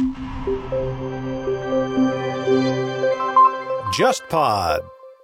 JustPod。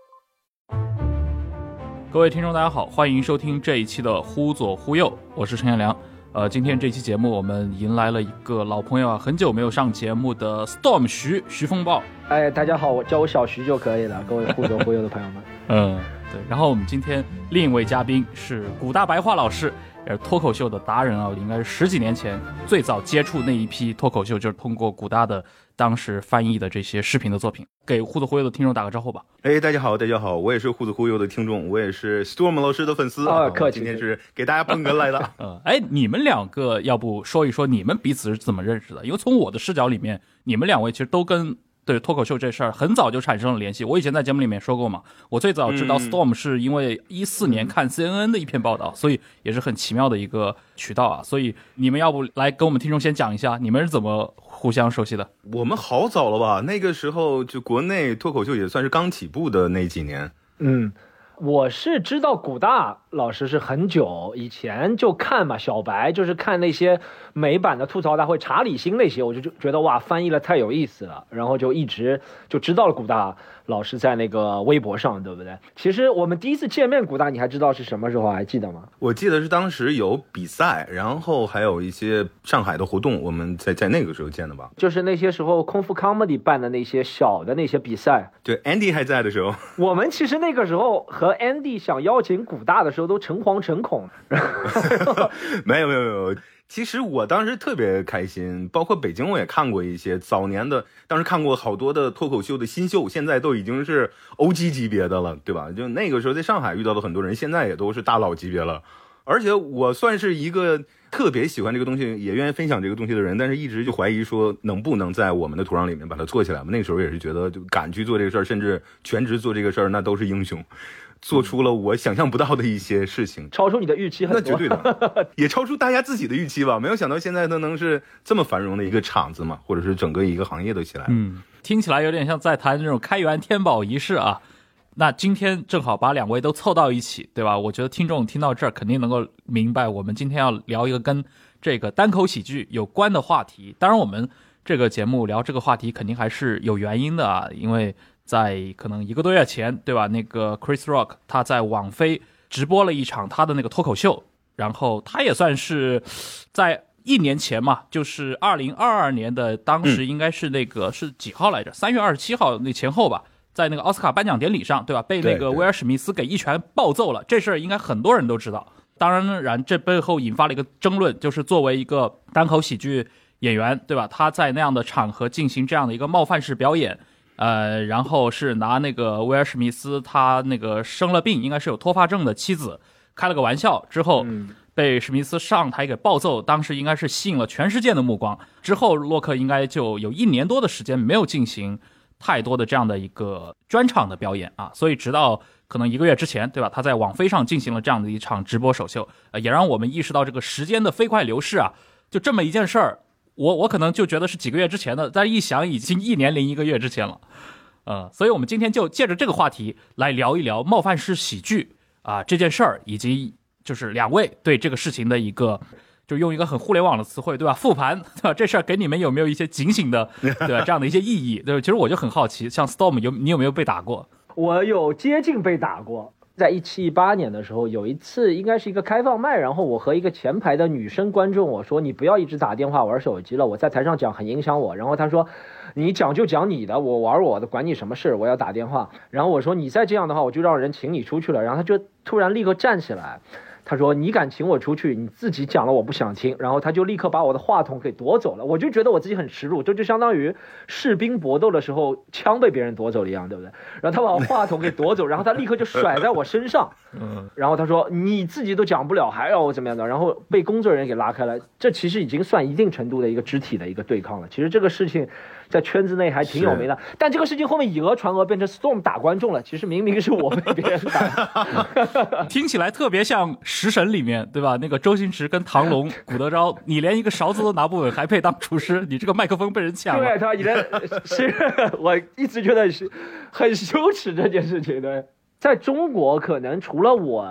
各位听众大家好，欢迎收听这一期的忽左忽右，我是陈彦良。今天这期节目我们迎来了一个老朋友啊，很久没有上节目的 Storm 徐风暴。 大家好，叫我小徐就可以了，各位忽左忽右的朋友们。 对。然后我们今天另一位嘉宾是古大白话老师，也是脱口秀的达人啊，应该是10几年前最早接触那一批脱口秀，就是通过古大的当时翻译的这些视频的作品。给忽左忽右的听众打个招呼吧。 大家好，我也是忽左忽右的听众，我也是 Storm 老师的粉丝客气。 今天是给大家捧哏来的。 你们两个要不说一说你们彼此是怎么认识的？因为从我的视角里面，你们两位其实都跟对脱口秀这事儿很早就产生了联系。我以前在节目里面说过嘛，我最早知道 Storm 是因为14年看 CNN 的一篇报道，所以也是很奇妙的一个渠道啊。所以你们要不来跟我们听众先讲一下，你们是怎么互相熟悉的？ 我们好早了吧？那个时候就国内脱口秀也算是刚起步的那几年。 我是知道古大老师是很久以前就看嘛，小白就是看那些美版的吐槽大会、查理星那些，我就觉得哇，翻译了太有意思了，然后就一直就知道了古大老师在那个微博上，对不对？其实我们第一次见面，古大你还知道是什么时候？还记得吗？ 我记得是当时有比赛，然后还有一些上海的活动，我们在那个时候见的吧？ 就是那些时候空腹 comedy 办的那些小的那些比赛。 对 ，Andy 还在的时候， 我们其实那个时候和 Andy 想邀请古大的时候都诚惶诚恐。 没有。其实我当时特别开心，包括北京我也看过一些早年的，当时看过好多的脱口秀的新秀，现在都已经是 OG 级别的了，对吧？就那个时候在上海遇到的很多人，现在也都是大佬级别了。而且我算是一个特别喜欢这个东西，也愿意分享这个东西的人，但是一直就怀疑说能不能在我们的土壤里面把它做起来嘛。那个时候也是觉得就敢去做这个事儿，甚至全职做这个事儿，那都是英雄。做出了我想象不到的一些事情， 超出你的预期很多。 那绝对的，也超出大家自己的预期吧。没有想到现在都能是这么繁荣的一个场子嘛，或者是整个一个行业都起来了。 听起来有点像在谈这种开元天宝仪式啊。那今天正好把两位都凑到一起，对吧？我觉得听众听到这儿肯定能够明白，我们今天要聊一个跟这个单口喜剧有关的话题。当然我们这个节目聊这个话题肯定还是有原因的啊，因为在可能1个多月前，对吧？那个 Chris Rock 他在网飞直播了一场他的那个脱口秀，然后他也算是在1年前嘛，就是2022年的，当时应该是那个是几号来着？3月27号那前后吧，在那个奥斯卡颁奖典礼上，对吧？被那个威尔史密斯给一拳暴揍了，这事儿应该很多人都知道。当然，这背后引发了一个争论，就是作为一个单口喜剧演员，对吧？他在那样的场合进行这样的一个冒犯式表演。然后是拿那个威尔史密斯他那个生了病，应该是有脱发症的妻子开了个玩笑之后，被史密斯上台给暴揍，当时应该是吸引了全世界的目光。之后洛克应该就有1年多的时间没有进行太多的这样的一个专场的表演啊，所以直到可能1个月之前，对吧？他在网飞上进行了这样的一场直播首秀，也让我们意识到这个时间的飞快流逝啊，就这么一件事儿。我可能就觉得是几个月之前的，但一想已经1年0 1个月之前了，所以我们今天就借着这个话题来聊一聊冒犯式喜剧啊这件事儿，以及就是两位对这个事情的一个，就用一个很互联网的词汇，对吧？复盘，对吧？这事儿给你们有没有一些警醒的，对吧？这样的一些意义，对吧？其实我就很好奇，像 Storm 你有没有被打过？ 我有接近被打过。在17、18年的时候，有一次应该是一个开放麦，然后我和一个前排的女生观众我说，你不要一直打电话玩手机了，我在台上讲很影响我。然后她说，你讲就讲你的，我玩我的，管你什么事，我要打电话。然后我说，你再这样的话我就让人请你出去了。然后她就突然立刻站起来，他说你敢请我出去，你自己讲了我不想听。然后他就立刻把我的话筒给夺走了。我就觉得我自己很耻辱，这就相当于士兵搏斗的时候枪被别人夺走了一样，对不对？然后他把我话筒给夺走，然后他立刻就甩在我身上，然后他说你自己都讲不了还要我怎么样的，然后被工作人员给拉开了。这其实已经算一定程度的一个肢体的一个对抗了。其实这个事情在圈子内还挺有名的，但这个事情后面以讹传讹变成 Storm 打观众了，其实明明是我被别人打。 听起来特别像食神里面，对吧？那个周星驰跟唐龙、古德昭，你连一个勺子都拿不稳，还配当厨师？你这个麦克风被人抢了。 对，他是我一直觉得是很羞耻这件事情。对，在中国可能除了我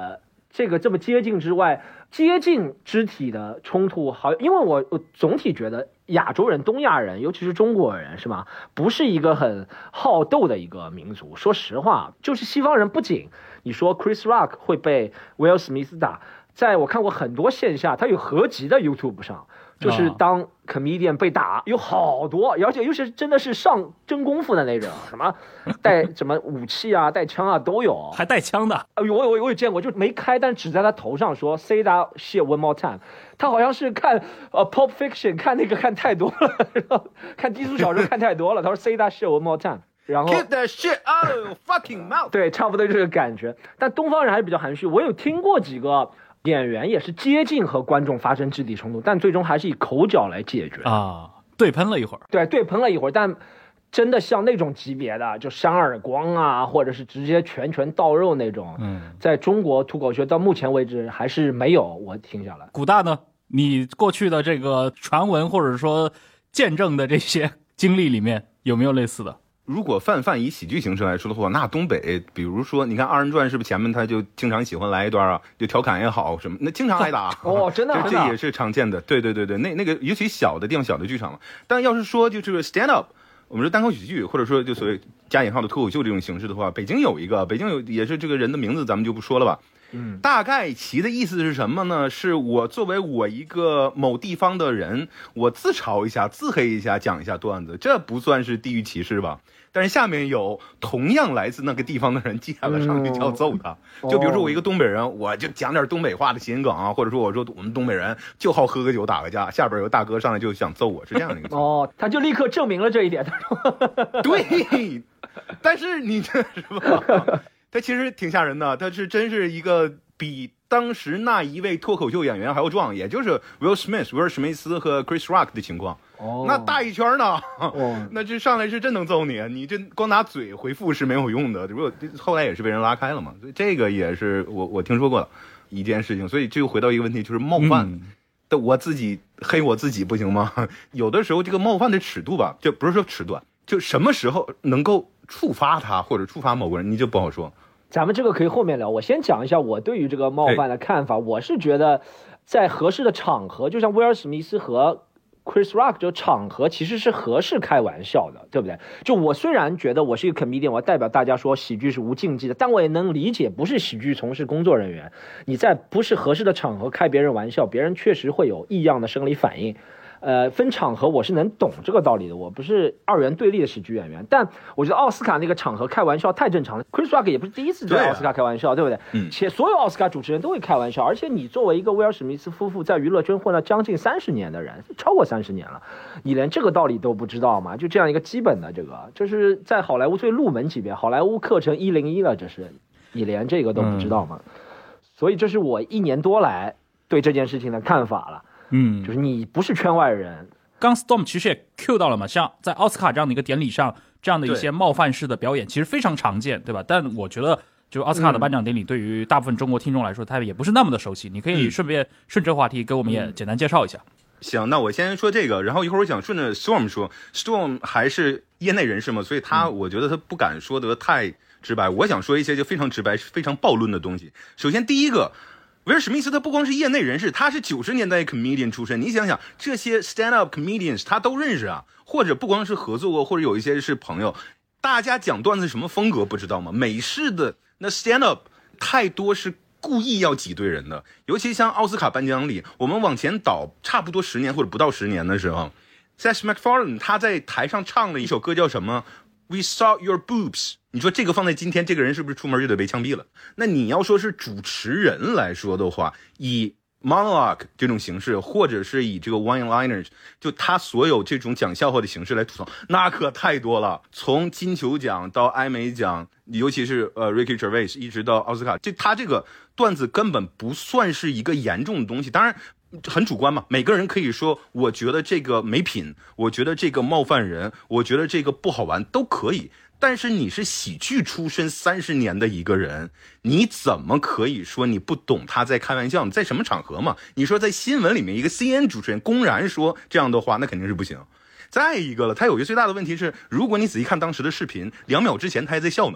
这个这么接近之外，接近肢体的冲突好，因为我总体觉得亚洲人、东亚人，尤其是中国人，是吧？不是一个很好斗的一个民族。说实话，就是西方人不仅你说 Chris Rock 会被威尔史密斯打，在我看过很多线下，他有合集的 YouTube 上。就是当 comedian 被打有好多，而且尤其是真的是上真功夫的那种，什么带什么武器啊、带枪啊都有， 还带枪的。 我有见过，就没开，但指在他头上说 say that shit one more time。他好像是看Pulp Fiction 看那个看太多了，看低俗小说看太多了。他说 say that shit one more time。然后 Keep that shit out of your fucking mouth。 对，差不多这个感觉。但东方人还是比较含蓄。我有听过几个演员也是接近和观众发生肢体冲突，但最终还是以口角来解决啊，对喷了一会儿， 对喷了一会儿，但真的像那种级别的，就扇耳光啊，或者是直接拳到肉那种，在中国脱口秀到目前为止还是没有我听下来。 古大呢，你过去的这个传闻或者说见证的这些经历里面，有没有类似的？ 如果泛以喜剧形式来说的话，那东北，比如说，你看二人转是不是前面他就经常喜欢来一段啊，就调侃也好什么，那经常挨打哦，真的， 这也是常见的。对，那个尤其小的地方小的剧场嘛。但要是说就这个 stand up， 我们说单口喜剧或者说就所谓加引号的脱口秀这种形式的话，北京有也是这个人的名字咱们就不说了吧。大概其的意思是什么呢？是我作为我一个某地方的人，我自嘲一下、自黑一下、讲一下段子，这不算是地域歧视吧？但是下面有同样来自那个地方的人接了上去就要揍他，就比如说我一个东北人，我就讲点东北话的谐音梗啊，或者说我说我们东北人就好喝个酒打个架，下边有大哥上来就想揍我，是这样的一个哦，他就立刻证明了这一点。 对，但是你这是吧？他其实挺吓人的，他是真是一个比当时那一位脱口秀演员还要壮，也就是威尔史密斯和 Chris Rock 的情况。那大一圈呢，那这上来是真能揍你，你这光拿嘴回复是没有用的。如果后来也是被人拉开了嘛，所以这个也是我听说过的一件事情。所以这又回到一个问题，就是冒犯。但我自己黑我自己不行吗？有的时候这个冒犯的尺度吧，就不是说尺度，就什么时候能够触发他或者触发某个人，你就不好说。 咱们这个可以后面聊，我先讲一下我对于这个冒犯的看法。我是觉得在合适的场合，就像威尔史密斯和 Chris Rock 这个场合其实是合适开玩笑的，对不对？就我虽然觉得我是一个 comedian， 我代表大家说喜剧是无禁忌的，但我也能理解不是喜剧从事工作人员，你在不是合适的场合开别人玩笑，别人确实会有异样的生理反应。分场合我是能懂这个道理的，我不是二元对立的喜剧演员，但我觉得奥斯卡那个场合开玩笑太正常了。Chris Rock 也不是第一次在奥斯卡开玩笑， 对不对？且所有奥斯卡主持人都会开玩笑，而且你作为一个威尔史密斯夫妇在娱乐圈混了将近30年的人，超过30年了，你连这个道理都不知道吗？就这样一个基本的这个，就是在好莱坞最入门级别，好莱坞课程101了，这是你连这个都不知道吗？所以这是我1年多来对这件事情的看法了。就是你不是圈外人。 刚 Storm 其实也 cue 到了嘛，像在奥斯卡这样的一个典礼上，这样的一些冒犯式的表演其实非常常见，对吧？但我觉得就奥斯卡的颁奖典礼对于大部分中国听众来说，他也不是那么的熟悉。你可以顺着话题给我们也简单介绍一下。 行，那我先说这个，然后一会儿我想顺着 Storm 说。Storm 还是业内人士嘛，所以我觉得他不敢说得太直白。我想说一些就非常直白、非常暴论的东西。首先第一个，威尔史密斯他不光是业内人士，他是90年代 comedian 出身。你想想，这些 stand up comedians 他都认识啊，或者不光是合作过，或者有一些是朋友。大家讲段子什么风格不知道吗？美式的那 stand up 太多是故意要挤兑人的，尤其像奥斯卡颁奖礼，我们往前倒差不多10年或者不到10年的时候， Seth MacFarlane 他在台上唱了一首歌叫什么 We saw your boobs。 你说这个放在今天，这个人是不是出门就得被枪毙了？那你要说是主持人来说的话，以 monologue 这种形式，或者是以这个 one-liners， 就他所有这种讲笑话的形式来吐槽，那可太多了。从金球奖到艾美奖，尤其是Ricky Gervais 一直到奥斯卡，他这个段子根本不算是一个严重的东西。当然很主观嘛，每个人可以说我觉得这个没品，我觉得这个冒犯人，我觉得这个不好玩，都可以。但是你是喜剧出身30年的一个人，你怎么可以说你不懂他在开玩笑？你在什么场合嘛？你说在新闻里面一个 CNN 主持人公然说这样的话，那肯定是不行。再一个了，他有一个最大的问题是，如果你仔细看当时的视频，2秒之前他还在笑呢，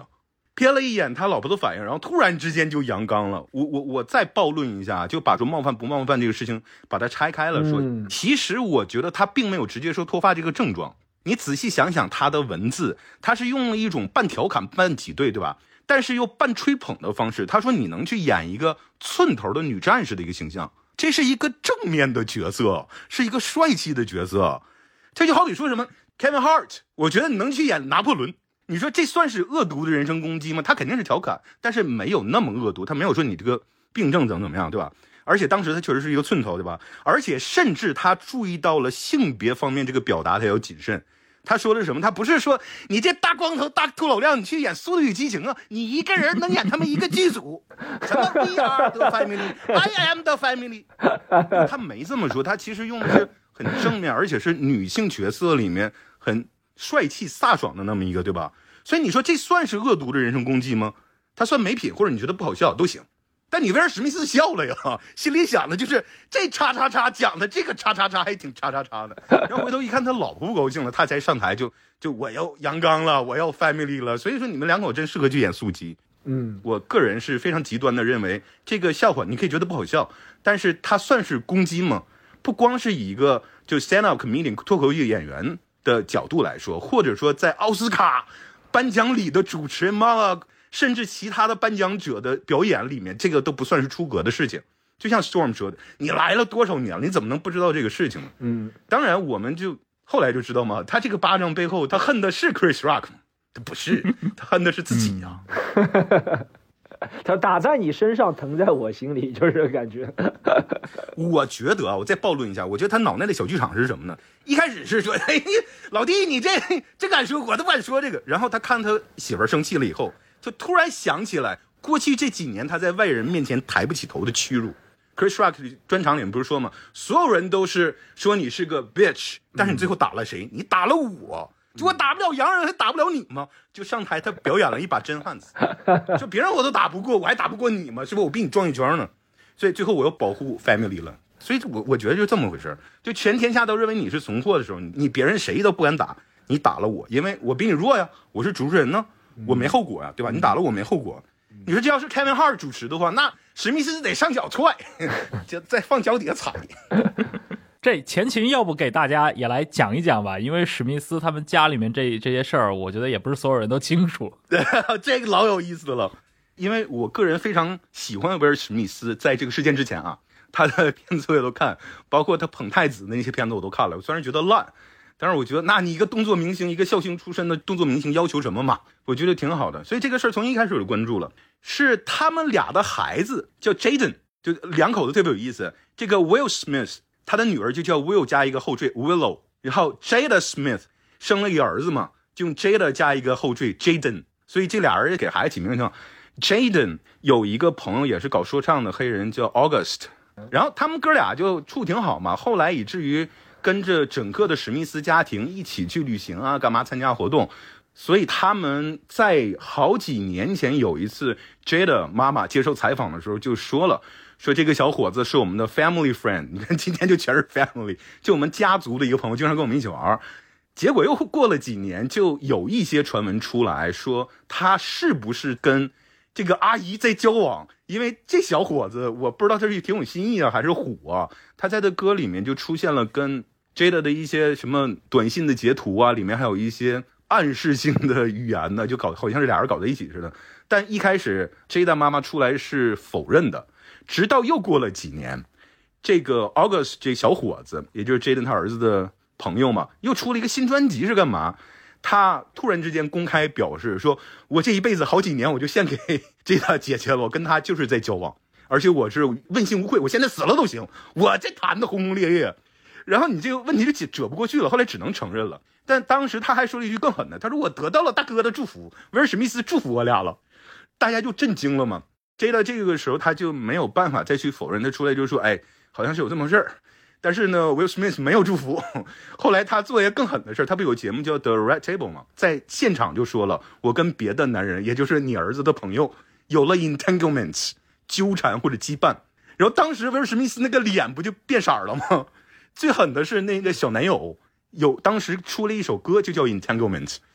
瞥了一眼他老婆的反应，然后突然之间就阳刚了。我再暴论一下，就把说冒犯不冒犯这个事情把它拆开了说。其实我觉得他并没有直接说脱发这个症状。你仔细想想他的文字，他是用了一种半调侃半挤兑，对吧？但是又半吹捧的方式。他说你能去演一个寸头的女战士的一个形象，这是一个正面的角色，是一个帅气的角色。这就好比说什么 Kevin Hart， 我觉得你能去演拿破仑，你说这算是恶毒的人身攻击吗？他肯定是调侃，但是没有那么恶毒，他没有说你这个病症怎么样，对吧？而且当时他确实是一个寸头，对吧？而且甚至他注意到了性别方面这个表达他要谨慎。他说的是什么？他不是说你这大光头大秃老亮你去演《速度与激情》啊，你一个人能演他们一个剧组，什么 We are the family I am the family， 他没这么说，他其实用的是很正面，而且是女性角色里面很帅气飒爽的那么一个，对吧？所以你说这算是恶毒的人身攻击吗？他算没品，或者你觉得不好笑都行。但你威尔史密斯笑了呀，心里想的就是这叉叉叉讲的这个叉叉叉还挺叉叉叉的。然后回头一看他老婆不高兴了，他才上台就我要阳刚了，我要 family 了。所以说你们两口真适合去演速激。我个人是非常极端的认为这个笑话你可以觉得不好笑，但是它算是攻击吗？不光是以一个就 stand up comedian 脱口秀演员的角度来说，或者说在奥斯卡颁奖礼的主持人嘛，甚至其他的颁奖者的表演里面，这个都不算是出格的事情。就像 Storm 说的，你来了多少年了，你怎么能不知道这个事情呢？当然我们就后来就知道嘛，他这个巴掌背后他恨的是 Chris Rock 吗？他不是，他恨的是自己呀。 他打在你身上，疼在我心里，就是这个感觉。 我觉得啊，我再暴论一下，我觉得他脑内的小剧场是什么呢？一开始是说，哎，老弟，你这敢说，我都不敢说这个。然后他看他媳妇儿生气了以后，就突然想起来，过去这几年他在外人面前抬不起头的屈辱。Chris Rock 专场里面不是说吗？所有人都是说你是个 bitch， 但是你最后打了谁？你打了我。就我打不了洋人，还打不了你吗？就上台他表演了一把真汉子，就别人我都打不过，我还打不过你吗？是不是我比你壮一圈呢？所以最后我要保护 family 了。所以我觉得就这么回事，就全天下都认为你是怂货的时候，你别人谁都不敢打，你打了我，因为我比你弱呀，我是主持人呢，我没后果呀，对吧？你打了我没后果。你说这要是 Kevin Hart 主持的话，那史密斯得上脚踹，就再放脚底下踩。 这前情要不给大家也来讲一讲吧，因为史密斯他们家里面这些事儿，我觉得也不是所有人都清楚。 这个老有意思的了，因为我个人非常喜欢威尔史密斯，在这个事件之前啊，他的片子我也都看，包括他捧太子的那些片子我都看了。我虽然觉得烂，但是我觉得，那你一个动作明星，一个笑星出身的动作明星，要求什么嘛？我觉得挺好的。所以这个事儿从一开始我就关注了，是他们俩的孩子叫 Jaden， 就两口子特别有意思。这个 Will Smith。他的女儿就叫 Will 加一个后缀 Willow， 然后 Jada Smith 生了一个儿子嘛，就用 Jada 加一个后缀 Jaden， 所以这俩人给孩子起名叫 Jaden。有一个朋友也是搞说唱的黑人叫 August， 然后他们哥俩就处挺好嘛，后来以至于跟着整个的史密斯家庭一起去旅行啊，干嘛参加活动。所以他们在好几年前有一次 Jada 妈妈接受采访的时候就说了，说这个小伙子是我们的 family friend， 你看今天就全是 family， 就我们家族的一个朋友，经常跟我们一起玩。结果又过了几年，就有一些传闻出来说他是不是跟这个阿姨在交往，因为这小伙子我不知道他是挺有新意啊还是虎啊，他在的歌里面就出现了跟 Jada 的一些什么短信的截图啊，里面还有一些暗示性的语言呢，就搞好像是俩人搞在一起似的。但一开始 Jada 妈妈出来是否认的，直到又过了几年，这个 August 这小伙子，也就是 Jaden 他儿子的朋友嘛，又出了一个新专辑，是干嘛？他突然之间公开表示说，我这一辈子好几年我就献给 Jada 姐姐了，我跟他就是在交往，而且我是问心无愧，我现在死了都行，我这谈的轰轰烈烈。然后你这个问题就折不过去了，后来只能承认了。但当时他还说了一句更狠的，他说我得到了大哥的祝福，威尔史密斯祝福我俩了，大家就震惊了嘛。Jada 这个时候他就没有办法再去否认，他出来就说，哎，好像是有这么回事儿。但是呢 Will Smith 没有祝福。后来他做一个更狠的事，他不有节目叫 The Red Table 吗？在现场就说了，我跟别的男人，也就是你儿子的朋友有了 entanglements 纠缠或者羁绊。然后当时威尔史密斯那个脸不就变色了吗？最狠的是那个小男友当时出了一首歌就叫 Entanglement，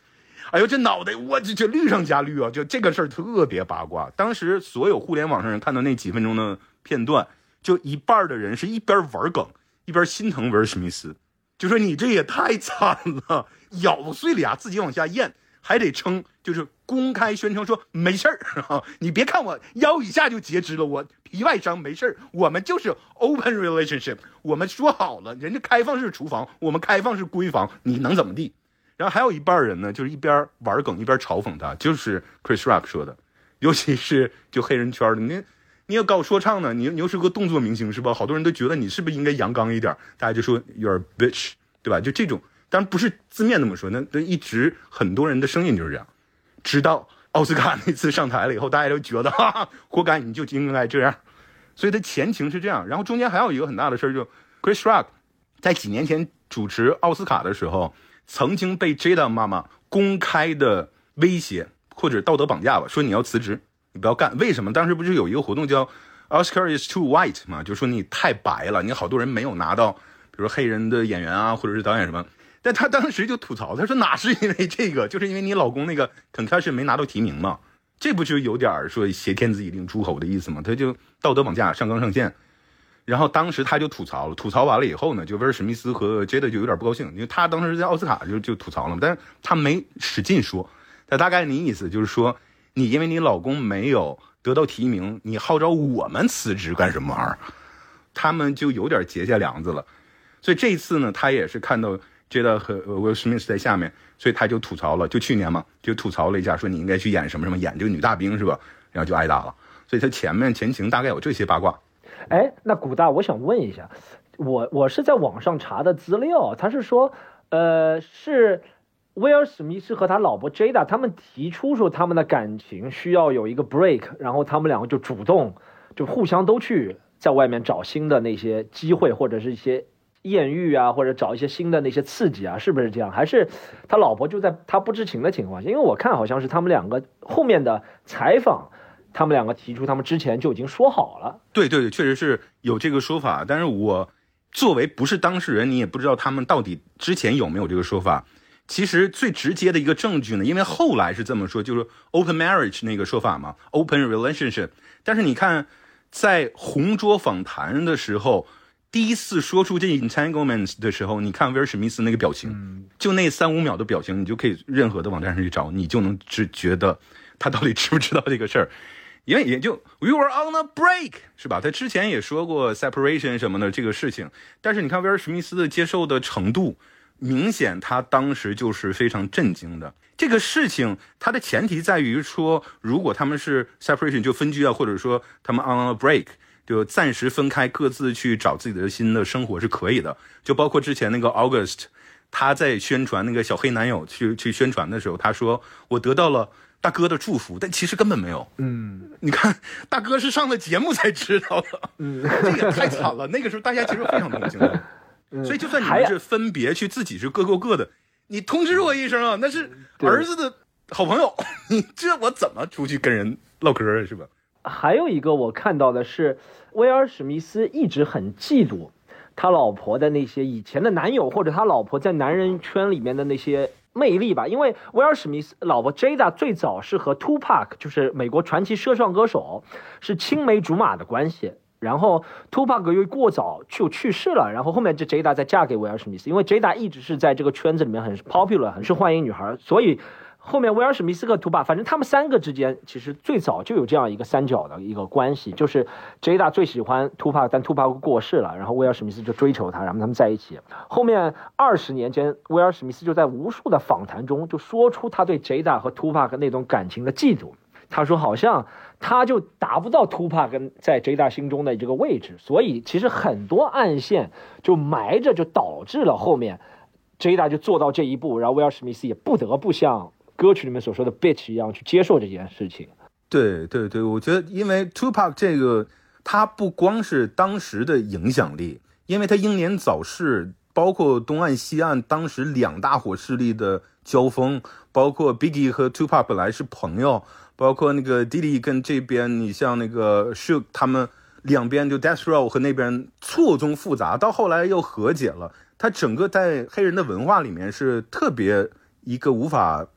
哎呦，这脑袋我就绿上加绿啊！就这个事儿特别八卦。当时所有互联网上人看到那几分钟的片段，就一半的人是一边玩梗一边心疼威尔史密斯，就说你这也太惨了，咬碎了牙自己往下咽，还得撑，就是公开宣称说没事儿啊，你别看我腰以下就截肢了，我皮外伤没事儿，我们就是 open relationship， 我们说好了，人家开放式厨房，我们开放式闺房，你能怎么地？然后还有一半人呢，就是一边玩梗一边嘲讽他，就是 Chris Rock 说的，尤其是就黑人圈的，你要搞说唱呢，你又是个动作明星是吧？好多人都觉得你是不是应该阳刚一点，大家就说 you're a bitch， 对吧？就这种，当然不是字面那么说，那一直很多人的声音就是这样。直到奥斯卡那次上台了以后，大家都觉得哈哈，活该，你就应该这样。所以他前情是这样，然后中间还有一个很大的事儿，就 Chris Rock 在几年前主持奥斯卡的时候，曾经被 Jada 妈妈公开的威胁或者道德绑架吧，说你要辞职，你不要干。为什么？当时不是有一个活动叫 Oscar is too white 嘛，就说你太白了，你好多人没有拿到，比如黑人的演员啊，或者是导演什么。但他当时就吐槽，他说哪是因为这个，就是因为你老公那个 concussion 没拿到提名嘛，这不就有点说挟天子以令诸侯的意思吗？他就道德绑架，上纲上线。然后当时他就吐槽了，吐槽完了以后呢，就威尔史密斯和 Jada 就有点不高兴，因为他当时在奥斯卡就吐槽了，但是他没使劲说，他大概的意思就是说，你因为你老公没有得到提名，你号召我们辞职干什么玩意儿？他们就有点结下梁子了。所以这一次呢，他也是看到 Jada 和威尔史密斯在下面，所以他就吐槽了，就去年嘛，就吐槽了一下，说你应该去演什么什么，演这个女大兵是吧？然后就挨打了。所以他前情大概有这些八卦。 哎，那古大，我想问一下，我是在网上查的资料，他是说，是威尔史密斯和他老婆 Jada 他们提出说他们的感情需要有一个 break， 然后他们两个就主动就互相都去在外面找新的那些机会，或者是一些艳遇啊，或者找一些新的那些刺激啊，是不是这样？还是他老婆就在他不知情的情况下？因为我看好像是他们两个后面的采访，他们两个提出他们之前就已经说好了。 对，确实是有这个说法，但是我作为不是当事人，你也不知道他们到底之前有没有这个说法。其实最直接的一个证据呢，因为后来是这么说，就是 open marriage 那个说法嘛， open relationship。但是你看在红桌访谈的时候，第一次说出这 entanglements 的时候，你看威尔史密斯那个表情，就那3-5秒的表情，你就可以任何的网站上去找，你就能觉得他到底知不知道这个事儿。因为也就 we were on a break 是吧？他之前也说过 separation 什么的这个事情，但是你看威尔史密斯的接受的程度，明显他当时就是非常震惊的。这个事情它的前提在于说，如果他们是 separation 就分居啊，或者说他们 on a break 就暂时分开，各自去找自己的新的生活是可以的。就包括之前那个 August， 他在宣传那个小黑男友去宣传的时候，他说我得到了大哥的祝福，但其实根本没有。你看大哥是上了节目才知道的。这也太惨了。那个时候大家其实非常同情的。所以就算你们是分别去自己是各过各的，你通知我一声啊，那是儿子的好朋友，你这我怎么出去跟人唠嗑啊，是吧？ 还有一个我看到的是，威尔史密斯一直很嫉妒他老婆的那些以前的男友，或者他老婆在男人圈里面的那些魅力吧。因为威尔史密斯老婆 Jada 最早是和 Tupac， 就是美国传奇说唱歌手，是青梅竹马的关系。然后 Tupac 由于过早就去世了，然后后面这 Jada 再嫁给威尔史密斯，因为 Jada 一直是在这个圈子里面很 popular， 很受欢迎女孩，所以后面威尔史密斯和 Tupac， 反正他们3个之间其实最早就有这样一个三角的一个关系，就是 Jada 最喜欢 Tupac， 但 Tupac 过世了，然后威尔史密斯就追求他，然后他们在一起。后面20年间，威尔史密斯就在无数的访谈中就说出他对 Jada 和 Tupac 那种感情的嫉妒。他说好像他就达不到 Tupac 在 Jada 心中的这个位置，所以其实很多暗线就埋着，就导致了后面 Jada 就做到这一步，然后威尔史密斯也不得不像歌曲里面所说的 bitch 一样去接受这件事情。 对，我觉得因为 Tupac 这个他不光是当时的影响力，因为他英年早逝，包括东岸西岸当时2大火势力的交锋，包括 Biggie 和 Tupac 本来是朋友，包括那个 Diddy 跟这边你像那个 Shook 他们两边就 Death Row 和那边错综复杂，到后来又和解了。他整个在黑人的文化里面是特别一个无法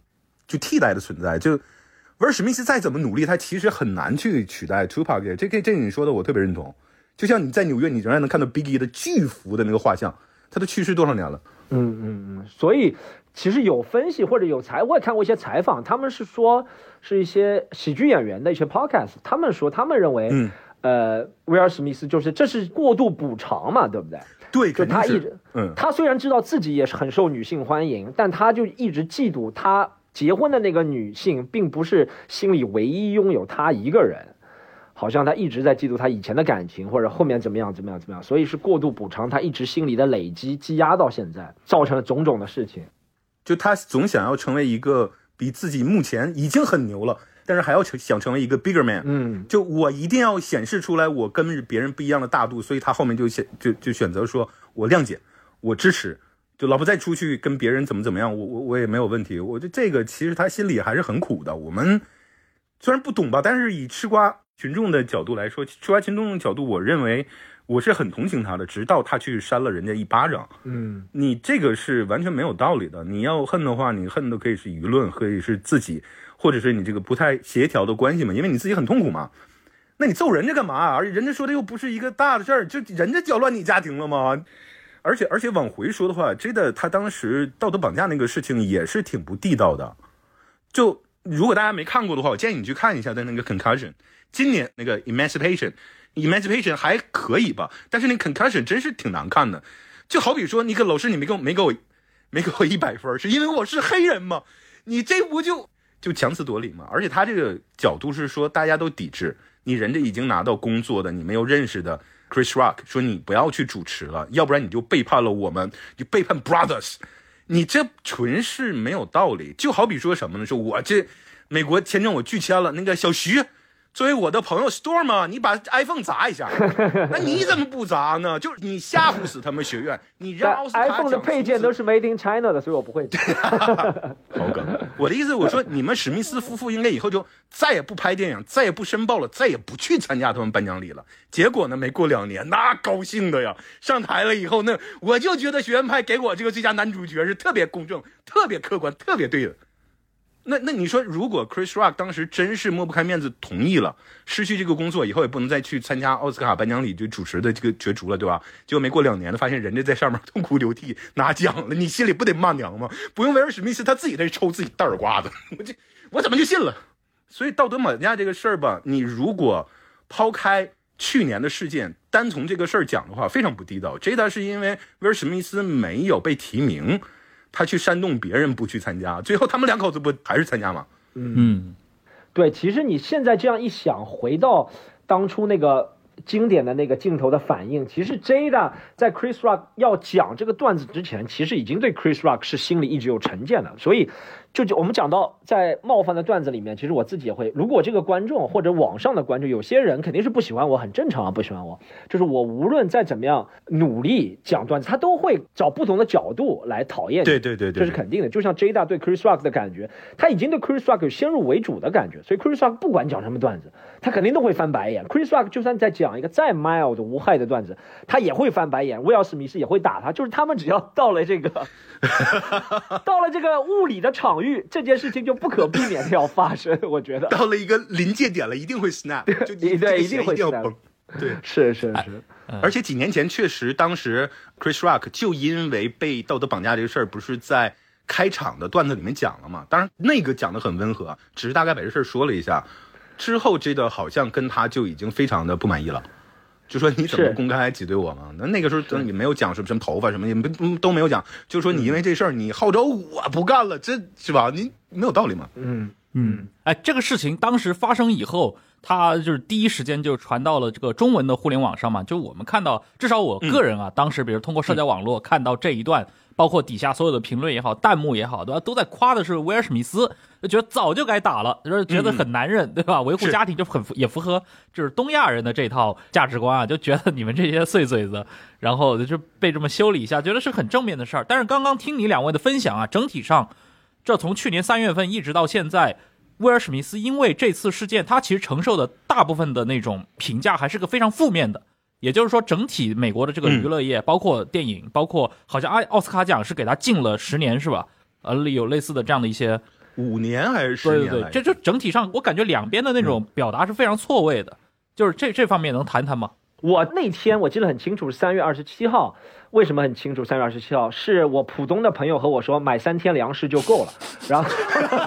就替代的存在。就威尔史密斯再怎么努力，他其实很难去取代 Tupac。这你说的我特别认同。就像你在纽约，你仍然能看到 Biggie 的巨幅的那个画像，他都去世多少年了？ 所以其实有分析或者我也看过一些采访，他们是说是一些喜剧演员的一些 podcast， 他们认为，威尔史密斯这是过度补偿嘛，对不对？ 对， 就他一直，他虽然知道自己也是很受女性欢迎，但他就一直嫉妒他结婚的那个女性，并不是心里唯一拥有他一个人。好像他一直在嫉妒他以前的感情，或者后面怎么样，所以是过度补偿他一直心里的累积积压到现在，造成了种种的事情。 就他总想要成为一个比自己目前已经很牛了，但是还要想成为一个 bigger man。就我一定要显示出来我跟别人不一样的大度，所以他后面就选择说我谅解，我支持，就老婆再出去跟别人怎么样，我也没有问题。我觉得这个其实他心里还是很苦的。我们虽然不懂吧，但是以吃瓜群众的角度来说，吃瓜群众的角度，我认为我是很同情他的，直到他去扇了人家一巴掌。你这个是完全没有道理的。你要恨的话，你恨的可以是舆论，可以是自己，或者是你这个不太协调的关系嘛，因为你自己很痛苦嘛。那你揍人家干嘛？而且人家说的又不是一个大的事儿，就人家搅乱你家庭了吗？而且往回说的话，真的他当时道德绑架那个事情也是挺不地道的。就如果大家没看过的话，我建议你去看一下的那个 Concussion。今年那个 Emancipation 还可以吧，但是那 Concussion 真是挺难看的。就好比说，你跟老师你没给我100分，是因为我是黑人吗？你这不就强词夺理吗？而且他这个角度是说大家都抵制你，人家已经拿到工作的你没有认识的 Chris Rock 说你不要去主持了，要不然你就背叛了我们，你背叛 Brothers， 你这纯是没有道理。就好比说什么呢？说我这美国签证我拒签了，那个小徐作为我的朋友 Storm， 你把 iPhone 砸一下，那你怎么不砸呢？就是你吓唬死他们学院，你让奥斯卡 iPhone 的配件都是 Made in China 的，所以我不会。 好梗。我的意思，我说你们史密斯夫妇应该以后就再也不拍电影，再也不申报了，再也不去参加他们颁奖礼了。结果呢，没过2年，那高兴的呀，上台了以后，那我就觉得学院派给我这个最佳男主角是特别公正、特别客观、特别对的。那你说，如果 Chris Rock 当时真是抹不开面子同意了，失去这个工作以后也不能再去参加奥斯卡颁奖礼就主持的这个角逐了，对吧？结果没过2年的，发现人家在上面痛哭流涕拿奖了，你心里不得骂娘吗？不用威尔史密斯他自己在抽自己大耳刮子，我怎么就信了？所以道德绑架这个事儿吧，你如果抛开去年的事件，单从这个事儿讲的话，非常不地道。这是因为威尔史密斯没有被提名，他去煽动别人不去参加，最后他们2口子不还是参加吗？ 对，其实你现在这样一想，回到当初那个经典的那个镜头的反应，其实 Jada 在 Chris Rock 要讲这个段子之前，其实已经对 Chris Rock 是心里一直有成见的。所以就我们讲到在冒犯的段子里面，其实我自己也会，如果这个观众或者网上的观众，有些人肯定是不喜欢我，很正常啊，不喜欢我，就是我无论再怎么样努力讲段子，他都会找不同的角度来讨厌你。 对， 这是肯定的。就像 Jada 对 Chris Rock 的感觉，他已经对 Chris Rock 有先入为主的感觉，所以 Chris Rock 不管讲什么段子，他肯定都会翻白眼。Chris Rock 就算在讲一个再 mild 无害的段子，他也会翻白眼，威尔史密斯也会打他，就是他们只要到了这个物理的场域，这件事情就不可避免的要发生。我觉得到了一个临界点了，一定会 snap， 就对，一定会 snap。对， 是。 而且几年前确实，当时 Chris Rock 就因为被道德绑架这个事儿，不是在开场的段子里面讲了嘛？当然那个讲的很温和，只是大概把这事儿说了一下。之后这个好像跟他就已经非常的不满意了。就说你怎么公开挤兑我嘛？那个时候你没有讲什么头发什么，也都没有讲，就说你因为这事儿你号召我不干了，这是吧？你没有道理嘛？ 这个事情当时发生以后，它就是第一时间就传到了这个中文的互联网上嘛。就我们看到，至少我个人啊，当时比如通过社交网络看到这一段，包括底下所有的评论也好，弹幕也好，对吧？都在夸的是威尔史密斯，就觉得早就该打了，就是觉得很男人，对吧？维护家庭就也符合就是东亚人的这套价值观啊，就觉得你们这些碎嘴子，然后就被这么修理一下，觉得是很正面的事儿。但是刚刚听你2位的分享啊，整体上，这从去年3月份一直到现在，威尔史密斯因为这次事件，他其实承受的大部分的那种评价还是个非常负面的。也就是说，整体美国的这个娱乐业，包括电影，包括好像奥斯卡奖是给他禁了10年，是吧？有类似的这样的一些 5年还是10年？ 对，这就整体上我感觉两边的那种表达是非常错位的，就是这方面能谈谈吗？ 我那天我记得很清楚，3月27号，为什么很清楚？3月27号是我浦东的朋友和我说买3天粮食就够了，然后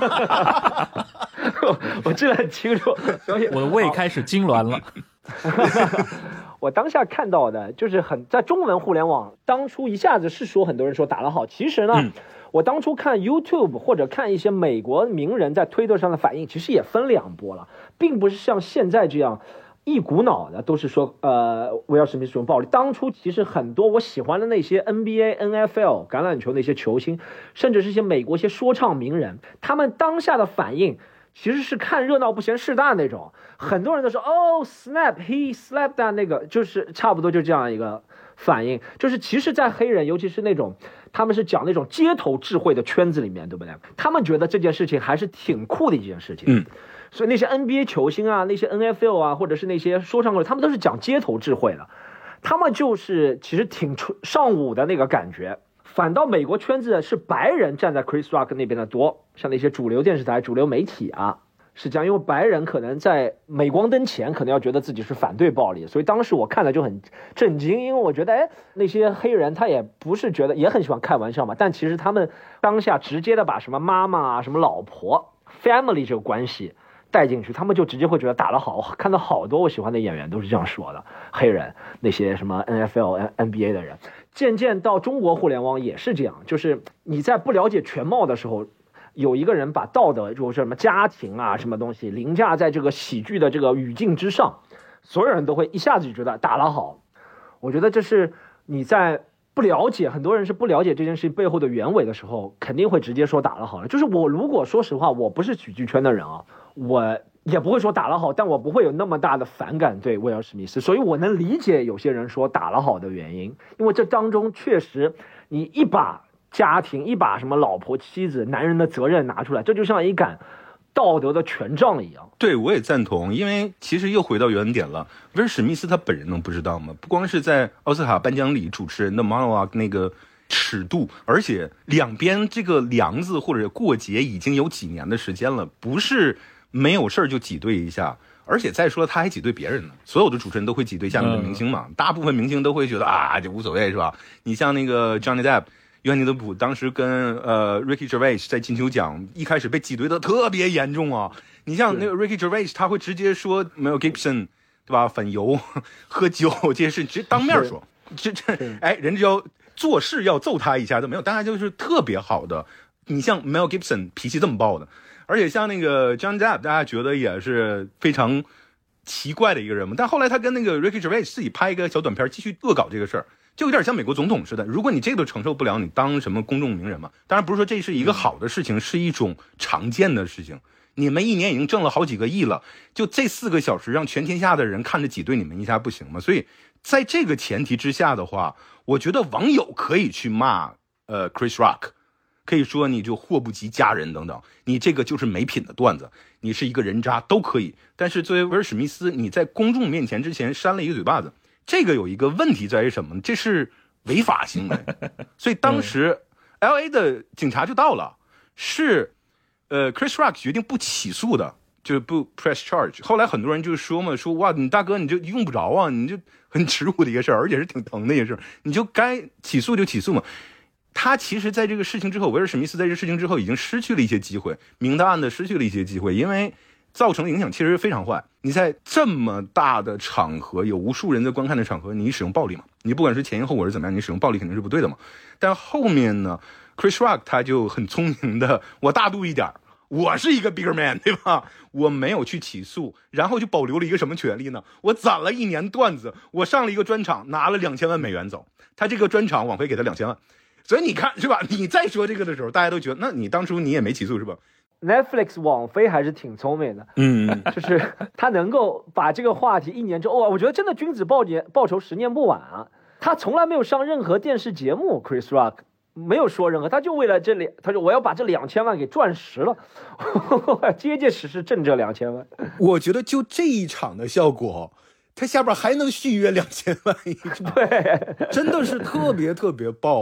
我记得很清楚，所以我的胃开始痉挛了。 我当下看到的就是在中文互联网当初一下子是说很多人说打得好，其实呢，我当初看 YouTube 或者看一些美国名人在推特上的反应，其实也分两波了，并不是像现在这样一股脑的都是说威尔史密斯使用暴力。当初其实很多我喜欢的那些 NBA、NFL 橄榄球那些球星，甚至是一些美国一些说唱名人，他们当下的反应其实是看热闹不嫌事大那种。很多人都说哦 snap he slapped that， 那个就是差不多就这样一个反应。就是其实在黑人尤其是那种他们是讲那种街头智慧的圈子里面，对不对？他们觉得这件事情还是挺酷的一件事情。所以那些 NBA 球星啊，那些 NFL 啊，或者是那些说唱歌手，他们都是讲街头智慧的，他们就是其实挺上午的那个感觉。反倒美国圈子是白人站在 Chris Rock 那边的多，像那些主流电视台、主流媒体啊，是这样。因为白人可能在镁光灯前可能要觉得自己是反对暴力，所以当时我看了就很震惊，因为我觉得那些黑人他也不是觉得，也很喜欢开玩笑嘛，但其实他们当下直接的把什么妈妈啊、什么老婆 family 这个关系带进去，他们就直接会觉得打得好。看到好多我喜欢的演员都是这样说的，黑人那些什么 NFL、NBA 的人，渐渐到中国互联网也是这样，就是你在不了解全貌的时候，有一个人把道德就是什么家庭啊什么东西凌驾在这个喜剧的这个语境之上，所有人都会一下子就觉得打得好。我觉得这是你在不了解，很多人是不了解这件事情背后的原委的时候，肯定会直接说打得好了。就是我如果说实话，我不是喜剧圈的人啊，我也不会说打得好，但我不会有那么大的反感对威尔史密斯，所以我能理解有些人说打得好的原因，因为这当中确实你一把家庭、一把什么老婆、妻子、男人的责任拿出来，这就像一杆道德的权杖一样。 对，我也赞同，因为其实又回到原点了。威尔史密斯他本人能不知道吗？不光是在奥斯卡颁奖礼主持人的 monologue 那个尺度，而且两边这个梁子或者过节已经有几年的时间了，不是没有事就挤兑一下。而且再说他还挤兑别人呢，所有的主持人都会挤兑下面的明星嘛，大部分明星都会觉得啊，这无所谓是吧？你像那个 Johnny Depp 约翰尼德普当时跟Ricky Gervais 在金球奖一开始被挤兑的特别严重啊。你像那个 Ricky Gervais 他会直接说 Mel Gibson 对吧，反犹喝酒这些事直接当面说，人家要做事要揍他一下都没有，大家就是特别好的。你像 Mel Gibson 脾气这么暴的，而且像那个 Johnny Depp 大家觉得也是非常奇怪的一个人嘛，但后来他跟那个 Ricky Gervais 自己拍一个小短片继续恶搞这个事儿，就有点像美国总统似的。如果你这个都承受不了，你当什么公众名人嘛？当然不是说这是一个好的事情，是一种常见的事情。你们一年已经挣了好几个亿了，就这4个小时让全天下的人看着挤兑你们一下不行吗？所以在这个前提之下的话，我觉得网友可以去骂Chris Rock， 可以说你就祸不及家人等等，你这个就是没品的段子，你是一个人渣都可以。但是作为威尔史密斯，你在公众面前之前扇了一个嘴巴子，这个有一个问题在于什么呢？这是违法行为。所以当时 LA 的警察就到了，是Chris Rock 决定不起诉的，就不 press charge。后来很多人就说嘛，说哇，你大哥你就用不着啊，你就很耻辱的一个事儿，而且是挺疼的一个事儿，你就该起诉就起诉嘛。他其实在这个事情之后，威尔史密斯在这个事情之后已经失去了一些机会，明的暗的失去了一些机会，因为造成的影响其实非常坏。你在这么大的场合，有无数人在观看的场合，你使用暴力嘛？你不管是前因后果是怎么样，你使用暴力肯定是不对的嘛。但后面呢 ，Chris Rock 他就很聪明的，我大度一点，我是一个 bigger man， 对吧？我没有去起诉，然后就保留了一个什么权利呢？我攒了1年段子，我上了一个专场，拿了$2000万走，他这个专场网费给他$2000万。所以你看是吧？你再说这个的时候，大家都觉得，那你当初你也没起诉是吧？ Netflix 网飞还是挺聪明的，就是他能够把这个话题1年之后，我觉得真的君子报仇10年不晚啊。他从来没有上任何电视节目 ，Chris Rock 没有说任何，他就为了他说我要把这$2000万给赚实了，结结实实挣这$2000万。 我觉得就这一场的效果，他下边还能续约$2000万一场， 对， 真的是特别特别爆。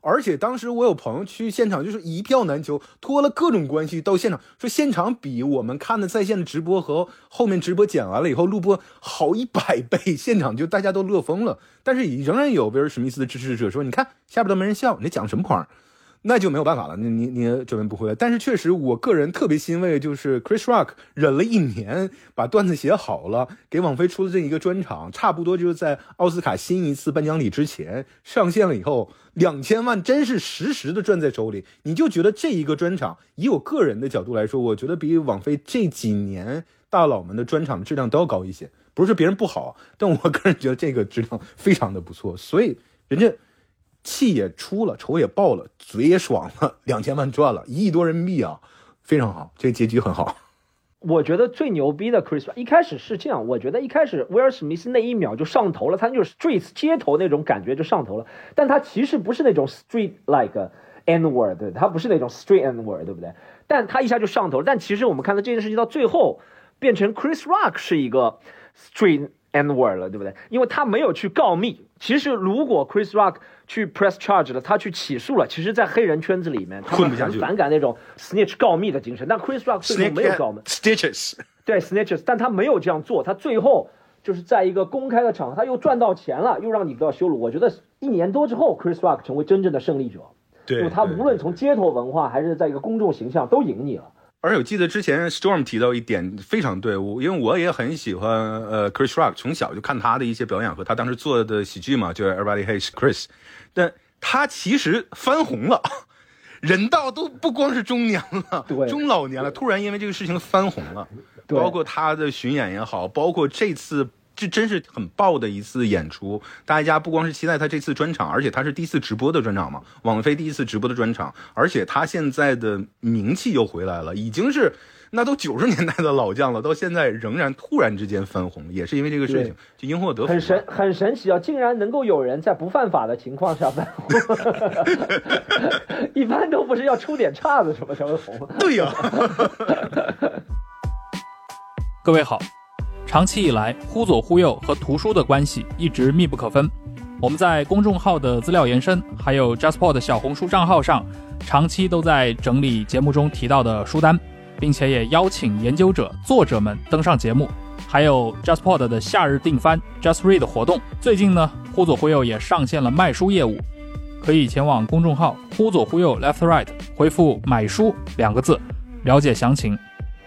而且当时我有朋友去现场，就是一票难求，托了各种关系到现场，说现场比我们看的在线的直播和后面直播剪完了以后录播好100倍，现场就大家都乐疯了。但是仍然有威尔史密斯的支持者说，你看下边都没人笑，你讲什么框？那就没有办法了，你准备不回来。但是确实我个人特别欣慰，就是 Chris Rock 忍了1年把段子写好了，给网飞出了这一个专场，差不多就是在奥斯卡新一次颁奖礼之前上线了以后，2000万真是实时的赚在手里。你就觉得这一个专场，以我个人的角度来说，我觉得比网飞这几年大佬们的专场的质量都要高一些。不是别人不好，但我个人觉得这个质量非常的不错，所以人家气也出了，仇也报了，嘴也爽了，2000万赚了，1亿多人民币啊，非常好，这个结局很好。 我觉得最牛逼的 Chris Rock 一开始是这样，我觉得一开始威尔史密斯那一秒就上头了，他就是 streets 街头那种感觉就上头了，但他其实不是那种 street like N-word， 对，他不是那种 street N-word， 对不对？但他一下就上头了，但其实我们看到这件事情到最后变成 Chris Rock 是一个 street N-word 了，对不对？因为他没有去告密。其实如果 Chris Rock 去 press charge 了，他去起诉了，其实在黑人圈子里面他们很反感那种 snitch 告密的精神，但 Chris Rock 最后没有告密 snitches， 对 snitches， 但他没有这样做，他最后就是在一个公开的场合，他又赚到钱了，又让你不要羞辱。我觉得1年多之后 Chris Rock 成为真正的胜利者， 对， 因为他无论从街头文化还是在一个公众形象都赢你了。 而且我记得之前 Storm 提到一点非常对，因为我也很喜欢Chris Rock， 从小就看他的一些表演和他当时做的喜剧嘛，就 Everybody Hates Chris， 但他其实翻红了，人到都不光是中年了，中老年了，突然因为这个事情翻红了，包括他的巡演也好，包括这次这真是很爆的一次演出，大家不光是期待他这次专场，而且他是第4次直播的专场嘛，网飞第1次直播的专场，而且他现在的名气又回来了，已经是那都90年代的老将了，到现在仍然突然之间翻红，也是因为这个事情，就因祸得福， 很神奇啊！竟然能够有人在不犯法的情况下翻红，一般都不是要出点岔子什么才会红。 对呀、 各位好。长期以来，忽左忽右和图书的关系一直密不可分。我们在公众号的资料延伸，还有 JustPod 的小红书账号上，长期都在整理节目中提到的书单，并且也邀请研究者、作者们登上节目。还有 JustPod 的夏日订番 Just Read 活动。最近呢，忽左忽右也上线了卖书业务，可以前往公众号忽左忽右 Left Right 回复买书2个字，了解详情。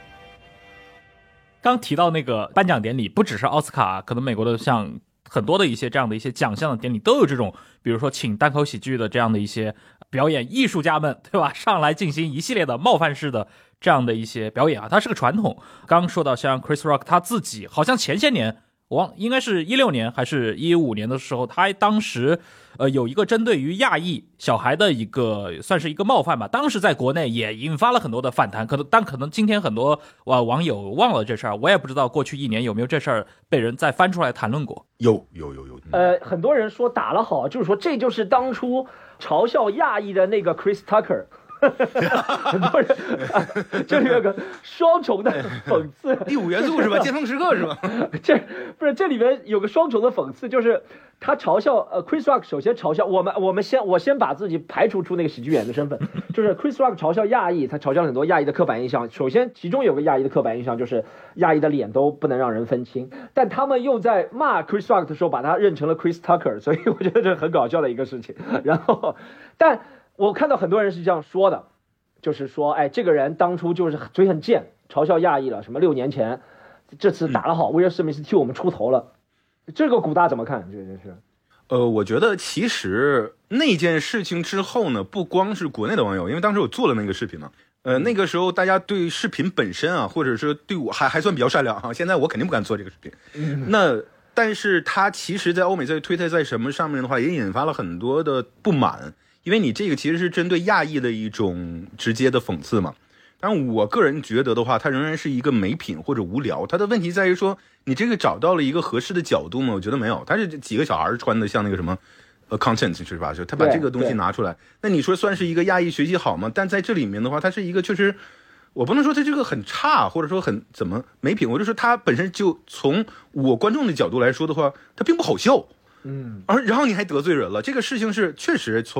刚提到那个颁奖典礼，不只是奥斯卡，可能美国的像很多的一些这样的一些奖项的典礼都有这种，比如说请单口喜剧的这样的一些表演艺术家们，对吧？上来进行一系列的冒犯式的这样的一些表演啊，它是个传统。刚说到像 Chris Rock 他自己，好像前些年应该是16年还是15年的时候，他当时有一个针对于亚裔小孩的一个算是一个冒犯吧，当时在国内也引发了很多的反弹，可能今天很多网友忘了这事儿，我也不知道过去1年有没有这事儿被人再翻出来谈论过。 有很多人说打了好，就是说这就是当初嘲笑亚裔的那个 Chris Tucker。很多人就是有个双重的讽刺， 第5元素是吧？尖峰时刻是吧？ 这里面有个双重的讽刺，就是他嘲笑Chris Rock 首先嘲笑我先把自己排除出那个喜剧演员的身份，就是 Chris Rock 嘲笑亚裔，他嘲笑了很多亚裔的刻板印象。首先其中有个亚裔的刻板印象就是亚裔的脸都不能让人分清，但他们又在骂 Chris Rock 的时候把他认成了 Chris Tucker， 所以我觉得这很搞笑的一个事情。然后但我看到很多人是这样说的，就是说这个人当初就是嘴很贱，嘲笑亚裔了，什么6年前这次打得好，威尔史密斯替我们出头了，这个古大怎么看？这件事我觉得其实那件事情之后呢，不光是国内的网友，因为当时我做了那个视频嘛，那个时候大家对视频本身啊，或者是对我还算比较善良啊，现在我肯定不敢做这个视频。那但是他其实在欧美在推特在什么上面的话，也引发了很多的不满。因为你这个其实是针对亚裔的一种直接的讽刺嘛，但我个人觉得的话，它仍然是一个没品或者无聊。它的问题在于说，你这个找到了一个合适的角度吗？我觉得没有，它是几个小孩穿的像那个什么content 是吧？就他把这个东西拿出来，那你说算是一个亚裔学习好吗？但在这里面的话，它是一个确实，我不能说它这个很差，或者说很怎么没品，我就说它本身就从我观众的角度来说的话，它并不好笑。然后你还得罪人了，这个事情是确实从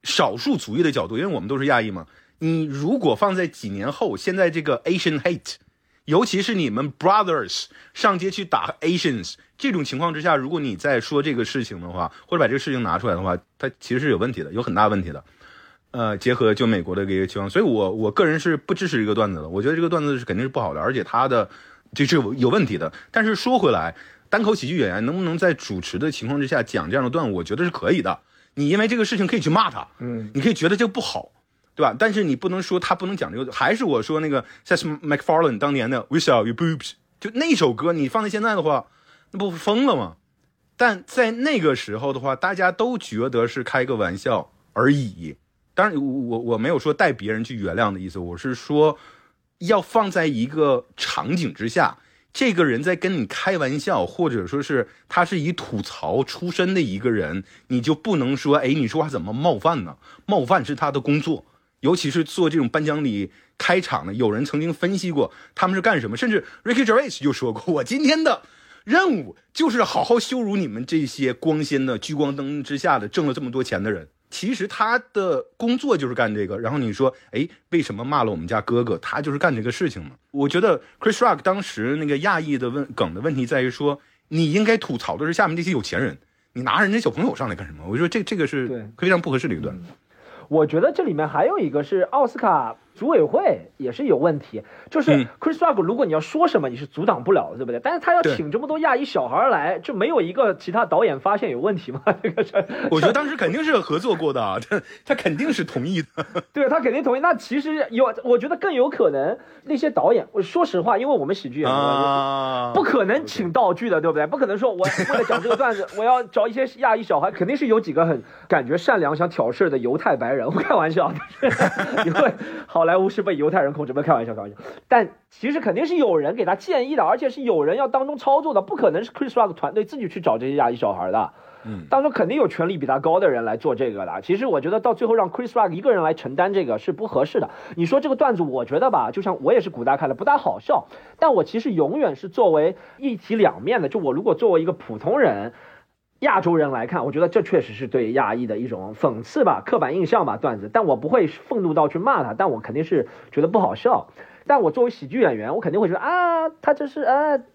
少数族裔的角度，因为我们都是亚裔嘛，你如果放在几年后，现在这个 Asian hate， 尤其是你们 brothers 上街去打 Asians 这种情况之下，如果你再说这个事情的话，或者把这个事情拿出来的话，它其实是有问题的，有很大问题的。结合就美国的一个情况，所以我个人是不支持这个段子的。我觉得这个段子是肯定是不好的，而且它的就是有问题的。但是说回来，单口喜剧演员能不能在主持的情况之下讲这样的段子，我觉得是可以的。你因为这个事情可以去骂他，你可以觉得这个不好，对吧？但是你不能说他不能讲这个。还是我说那个 Seth MacFarlane 当年的 We Saw Your Boobs， 就那首歌，你放在现在的话，那不疯了吗？但在那个时候的话，大家都觉得是开个玩笑而已。当然我没有说带别人去原谅的意思，我是说要放在一个场景之下，这个人在跟你开玩笑，或者说是他是以吐槽出身的一个人，你就不能说你说话怎么冒犯呢？冒犯是他的工作，尤其是做这种颁奖礼开场的，有人曾经分析过他们是干什么，甚至 Ricky Gervais 就说过，我今天的任务就是好好羞辱你们这些光鲜的聚光灯之下的挣了这么多钱的人。其实他的工作就是干这个，然后你说为什么骂了我们家哥哥？他就是干这个事情嘛。我觉得 Chris Rock 当时那个亚裔的梗的问题在于说，你应该吐槽的是下面这些有钱人，你拿人家小朋友上来干什么？我就说这个是非常不合适的一个段。 我觉得这里面还有一个是奥斯卡组委会也是有问题，就是 Chris Rock 如果你要说什么你是阻挡不了的，对不对？但是他要请这么多亚裔小孩来，就没有一个其他导演发现有问题吗？这个我觉得当时肯定是合作过的，他肯定是同意的。对， 他肯定同意。那其实我觉得更有可能那些导演，我说实话，因为我们喜剧演员不可能请道具的，对不对？不可能说我为了讲这个段子，我要找一些亚裔小孩，肯定是有几个很感觉善良想挑事的犹太白人。我开玩笑，因为好莱坞是被犹太人控制，不开玩笑。但其实肯定是有人给他建议的，而且是有人要当中操作的，不可能是 Chris Rock 团队自己去找这些亚裔小孩的。当中肯定有权力比他高的人来做这个的。其实我觉得到最后让 Chris Rock 一个人来承担这个是不合适的。你说这个段子，我觉得吧，就像我也是古大看的，不大好笑。但我其实永远是作为一体两面的。就我如果作为一个普通人，亚洲人来看，我觉得这确实是对亚裔的一种讽刺吧，刻板印象吧，段子。但我不会愤怒到去骂他，但我肯定是觉得不好笑。但我作为喜剧演员，我肯定会觉得他这是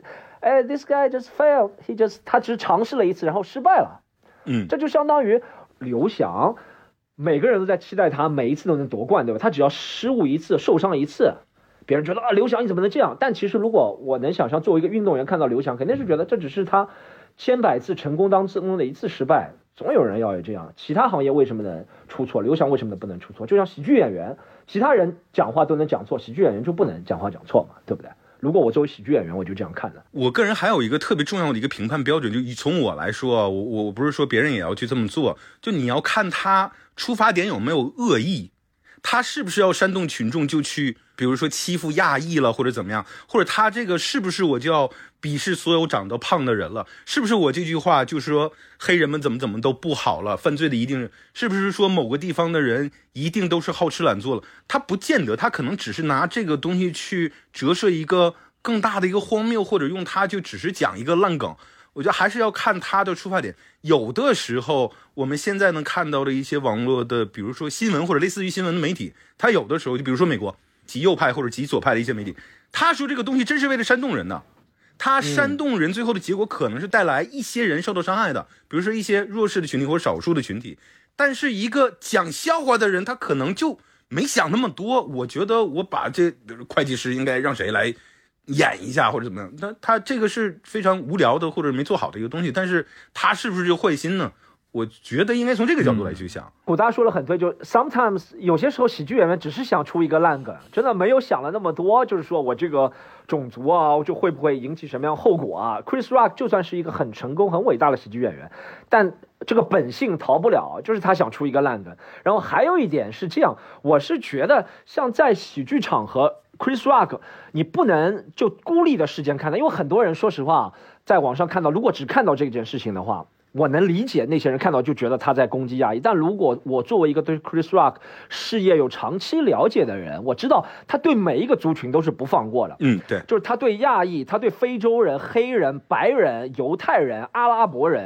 this guy just failed， 他只是尝试了一次，然后失败了。这就相当于刘翔，每个人都在期待他每一次都能夺冠，对吧？他只要失误一次，受伤一次，别人觉得刘翔你怎么能这样？但其实如果我能想象，作为一个运动员看到刘翔，肯定是觉得这只是他千百次成功当中的一次失败，总有人要有这样。其他行业为什么能出错？刘翔为什么不能出错？就像喜剧演员，其他人讲话都能讲错，喜剧演员就不能讲话讲错嘛，对不对？如果我作为喜剧演员，我就这样看的。 我个人还有一个特别重要的一个评判标准，就从我来说，我不是说别人也要去这么做，就你要看他出发点有没有恶意，他是不是要煽动群众就去，比如说欺负亚裔了或者怎么样，或者他这个是不是我就要鄙视所有长得胖的人了？是不是我这句话就是说黑人们怎么都不好了？犯罪的一定是不是说某个地方的人一定都是好吃懒做了？他不见得，他可能只是拿这个东西去折射一个更大的一个荒谬，或者用它就只是讲一个烂梗。我觉得还是要看他的出发点。有的时候我们现在能看到的一些网络的，比如说新闻或者类似于新闻的媒体，他有的时候就比如说美国极右派或者极左派的一些媒体，他说这个东西真是为了煽动人的，他煽动人最后的结果可能是带来一些人受到伤害的，比如说一些弱势的群体或者少数的群体。但是一个讲笑话的人，他可能就没想那么多，我觉得我把这会计师应该让谁来演一下或者怎么样，他这个是非常无聊的或者没做好的一个东西，但是他是不是就坏心呢？我觉得应该从这个角度来去想。 古大说了很对，就 sometimes 有些时候喜剧演员只是想出一个烂梗，真的没有想了那么多，就是说我这个种族啊，就会不会引起什么样后果啊。Chris Rock 就算是一个很成功很伟大的喜剧演员，但这个本性逃不了，就是他想出一个烂梗。然后还有一点是这样，我是觉得像在喜剧场合Chris Rock 你不能就孤立的事件看他，因为很多人说实话在网上看到，如果只看到这件事情的话，我能理解那些人看到就觉得他在攻击亚裔。但如果我作为一个对 Chris Rock 事业有长期了解的人，我知道他对每一个族群都是不放过的。 对， 就是他对亚裔，他对非洲人、黑人、白人、犹太人、阿拉伯人，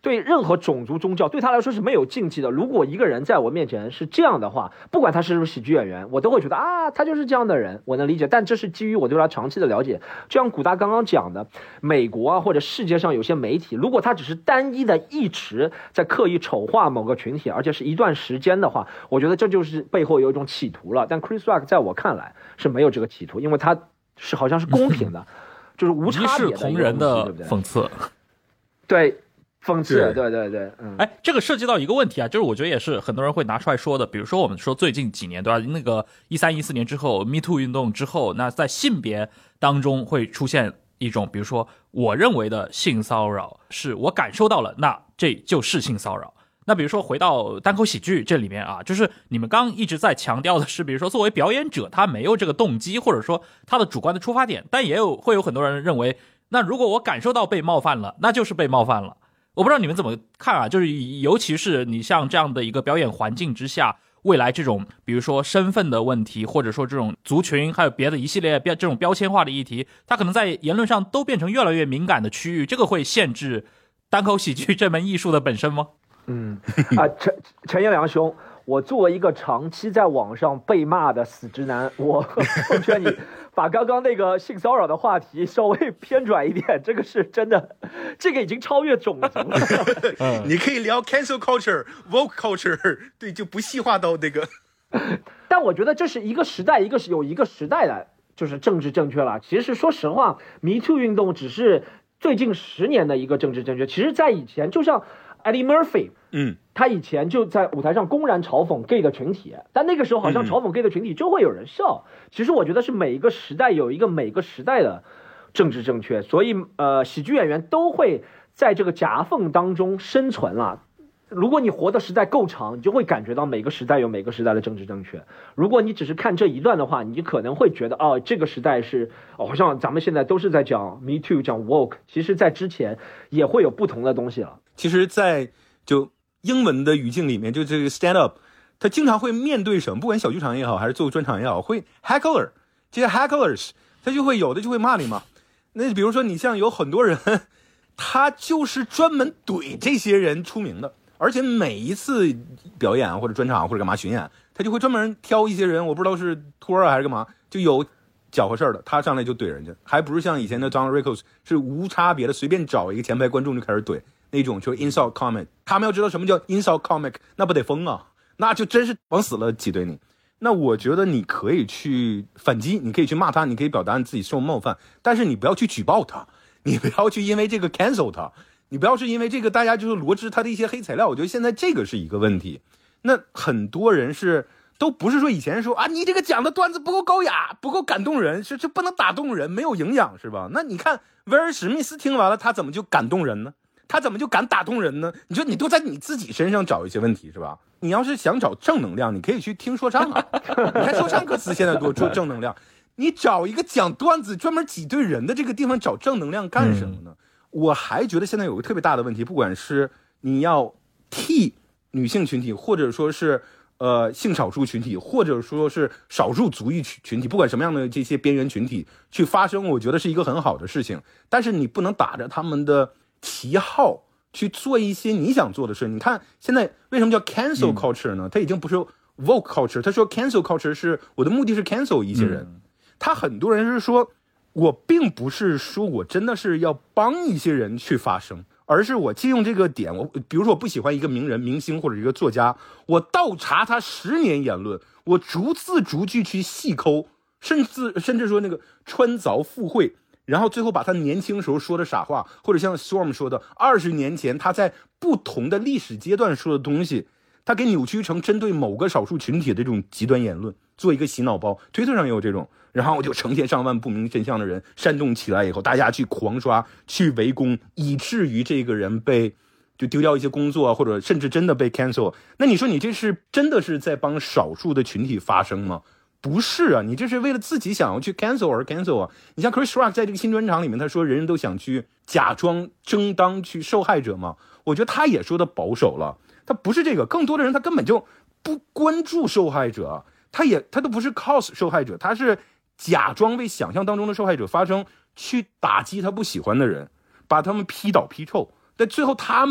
对任何种族宗教对他来说是没有禁忌的。如果一个人在我面前是这样的话，不管他是不是喜剧演员，我都会觉得啊，他就是这样的人，我能理解。但这是基于我对他长期的了解。就像古大刚刚讲的，美国啊或者世界上有些媒体，如果他只是单一的一直在刻意丑化某个群体，而且是一段时间的话，我觉得这就是背后有一种企图了。但 Chris Rock 在我看来是没有这个企图，因为他是好像是公平的，就是无差别的一视同仁的讽刺。 对，讽刺，对， 哎，这个涉及到一个问题啊，就是我觉得也是很多人会拿出来说的，比如说我们说最近几年，对吧？那个13、14年之后 ，Me Too 运动之后，那在性别当中会出现一种，比如说我认为的性骚扰是我感受到了，那这就是性骚扰。那比如说回到单口喜剧这里面啊，就是你们刚一直在强调的是，比如说作为表演者他没有这个动机，或者说他的主观的出发点，但会有很多人认为，那如果我感受到被冒犯了，那就是被冒犯了。我不知道你们怎么看啊，就是尤其是你像这样的一个表演环境之下，未来这种比如说身份的问题，或者说这种族群还有别的一系列这种标签化的议题，它可能在言论上都变成越来越敏感的区域，这个会限制单口喜剧这门艺术的本身吗？ 陈彦良兄，我作为一个长期在网上被骂的死直男，我觉得你把刚刚那个性骚扰的话题稍微偏转一点，这个是真的，这个已经超越种族了。 你可以聊 cancel culture、woke culture， 对，就不细化到那个。 但我觉得这是一个时代，有一个时代的就是政治正确了。其实说实话 ，Me Too 运动只是最近10年的一个政治正确。其实，在以前，就像Eddie Murphy，他以前就在舞台上公然嘲讽 gay 的群体，但那个时候好像嘲讽 gay 的群体就会有人笑。其实我觉得是每一个时代有一个每个时代的政治正确，所以喜剧演员都会在这个夹缝当中生存了。如果你活的时代够长，你就会感觉到每个时代有每个时代的政治正确。如果你只是看这一段的话，你可能会觉得这个时代是好像咱们现在都是在讲 Me Too 讲 Woke， 其实在之前也会有不同的东西了。 其实在就英文的语境里面，就这个 stand up 他经常会面对什么，不管小剧场也好还是做专场也好，会 heckler， 这些 hecklers 他就会有的就会骂你嘛。那比如说你像有很多人他就是专门怼这些人出名的，而且每一次表演或者专场或者干嘛巡演，他就会专门挑一些人，我不知道是托还是干嘛，就有搅和事儿的，他上来就怼人家，还不是像以前的 Don Rickles 是无差别的随便找一个前排观众就开始怼，那种就是 insult comic。 他们要知道什么叫 insult comic， 那不得疯啊，那就真是往死了挤兑你。那我觉得你可以去反击，你可以去骂他，你可以表达你自己受冒犯，但是你不要去举报他，你不要去因为这个 cancel 他，你不要是因为这个大家就是罗织他的一些黑材料。我觉得现在这个是一个问题。那很多人是都不是说以前说你这个讲的段子不够高雅，不够感动人，是不能打动人，没有营养，是吧？那你看威尔史密斯听完了，他怎么就感动人呢？他怎么就敢打动人呢？你说你都在你自己身上找一些问题，是吧？你要是想找正能量，你可以去听说唱啊。你看说唱歌词现在多正能量，你找一个讲段子专门挤兑人的这个地方找正能量干什么呢？我还觉得现在有个特别大的问题，不管是你要替女性群体，或者说是性少数群体，或者说是少数族裔群体，不管什么样的这些边缘群体去发声，我觉得是一个很好的事情。但是你不能打着他们的旗号去做一些你想做的事。你看现在为什么叫 cancel culture 呢？它已经不是 woke culture， 他说 cancel culture 是我的目的是 cancel 一些人。他很多人是说我并不是说我真的是要帮一些人去发声，而是我借用这个点，比如说我不喜欢一个名人、明星或者一个作家，我倒查他10年言论，我逐字逐句去细抠，甚至说那个穿凿附会，然后最后把他年轻时候说的傻话，或者像 Storm 说的20年前他在不同的历史阶段说的东西，他给扭曲成针对某个少数群体的这种极端言论，做一个洗脑包。推特上也有这种，然后就成千上万不明真相的人煽动起来以后，大家去狂刷去围攻，以至于这个人被就丢掉一些工作，或者甚至真的被 cancel。 那你说你这是真的是在帮少数的群体发声吗？不是啊，你这是为了自己想要去 cancel 而 cancel 啊。你像 Chris Rock 在这个新专场里面，他说人人都想去假装争当去受害者嘛，我觉得他也说的保守了，他不是这个。更多的人他根本就不关注受害者，他都不是 cause 受害者，他是假装为想象当中的受害者发声，去打击他不喜欢的人，把他们批倒批臭，但最后他们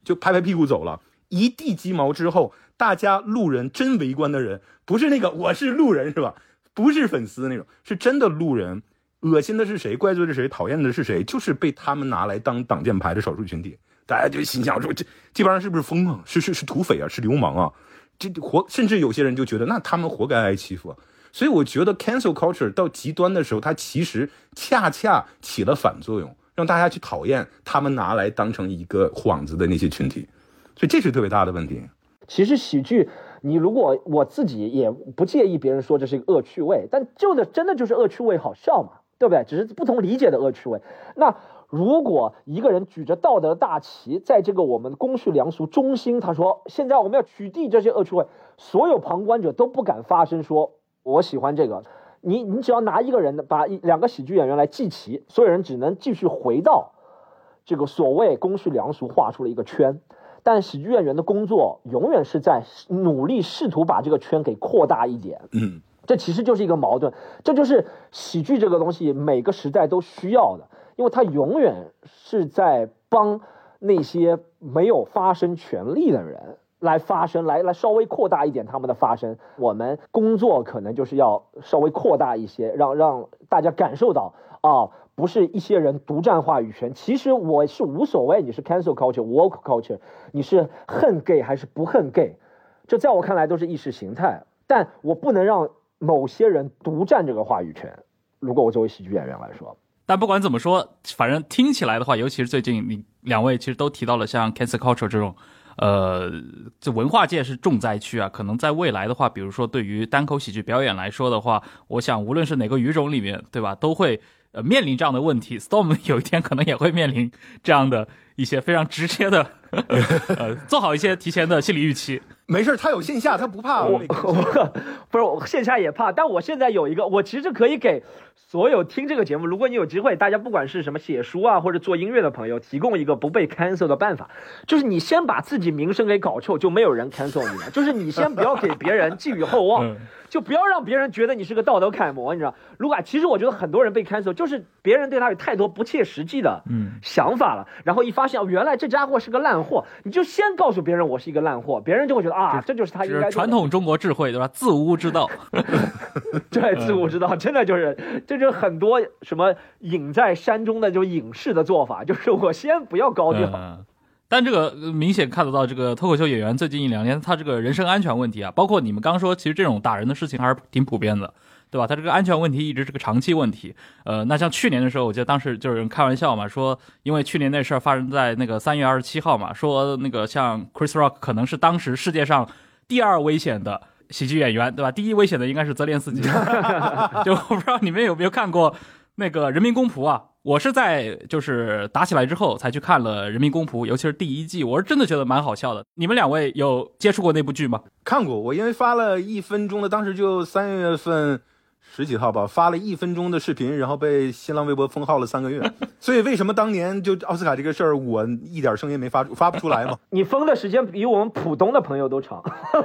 就拍拍屁股走了。一地鸡毛之后，大家路人真围观的人，不是那个我是路人是吧？不是粉丝那种，是真的路人。恶心的是谁？怪罪的是谁？讨厌的是谁？就是被他们拿来当挡箭牌的少数群体。大家就心想说，这帮人是不是疯啊？是土匪啊？是流氓啊？甚至有些人就觉得，那他们活该挨欺负啊。所以我觉得 cancel culture 到极端的时候，它其实恰恰起了反作用，让大家去讨厌他们拿来当成一个幌子的那些群体。所以这是特别大的问题。 其实喜剧，你如果我自己也不介意别人说这是一个恶趣味，但真的就是恶趣味好笑嘛，对不对？只是不同理解的恶趣味。那如果一个人举着道德大旗，在这个我们公序良俗中心，他说现在我们要取缔这些恶趣味，所有旁观者都不敢发声说我喜欢这个。你只要拿一个人把两个喜剧演员来祭旗，所有人只能继续回到这个所谓公序良俗画出了一个圈。但喜剧演员的工作永远是在努力试图把这个圈给扩大一点。这其实就是一个矛盾，这就是喜剧这个东西每个时代都需要的，因为它永远是在帮那些没有发声权利的人来发声，来稍微扩大一点他们的发声。我们工作可能就是要稍微扩大一些，让大家感受到不是一些人独占话语权。其实我是无所谓你是 cancel culture、woke culture， 你是恨 gay 还是不恨 gay， 这在我看来都是意识形态，但我不能让某些人独占这个话语权。如果我作为喜剧演员来说， 但不管怎么说，反正听起来的话，尤其是最近你两位其实都提到了像 cancel culture 这种这文化界是重灾区啊。可能在未来的话，比如说对于单口喜剧表演来说的话，我想无论是哪个语种里面，对吧，都会面临这样的问题。 Storm 有一天可能也会面临这样的一些非常直接的做好一些提前的心理预期。 没事，他有线下，他不怕。 不是我线下也怕，但我现在有一个，我其实可以给所有听这个节目，如果你有机会，大家不管是什么写书啊或者做音乐的朋友，提供一个不被 cancel 的办法，就是你先把自己名声给搞臭，就没有人 cancel 你了。就是你先不要给别人寄予厚望，就不要让别人觉得你是个道德楷模，你知道？如果其实我觉得很多人被 cancel， 就是别人对他有太多不切实际的想法了，然后一发现原来这家伙是个烂货，你就先告诉别人我是一个烂货，别人就会觉得这就是他应该做的。 传统中国智慧，对吧？自污之道。 对，自污之道，真的这就是很多什么隐在山中的就隐士的做法，就是我先不要高调。 但这个明显看得到，这个脱口秀演员最近1-2年他这个人身安全问题啊，包括你们刚说，其实这种打人的事情还是挺普遍的，对吧？他这个安全问题一直是个长期问题。那像去年的时候，我记得当时就是有人开玩笑嘛，说因为去年那事儿发生在那个3月27号嘛，说那个像 Chris Rock 可能是当时世界上第2危险的喜剧演员，对吧？第1危险的应该是泽连斯基。就我不知道你们有没有看过那个人民公仆啊？我是在就是打起来之后才去看了人民公仆，尤其是第1季，我是真的觉得蛮好笑的。你们两位有接触过那部剧吗？ 看过，我因为发了1分钟的，当时就3月份10几号吧，发了1分钟的视频，然后被新浪微博封号了3个月。所以为什么当年就奥斯卡这个事儿，我一点声音没发不出来吗？ 你封的时间比我们浦东的朋友都长。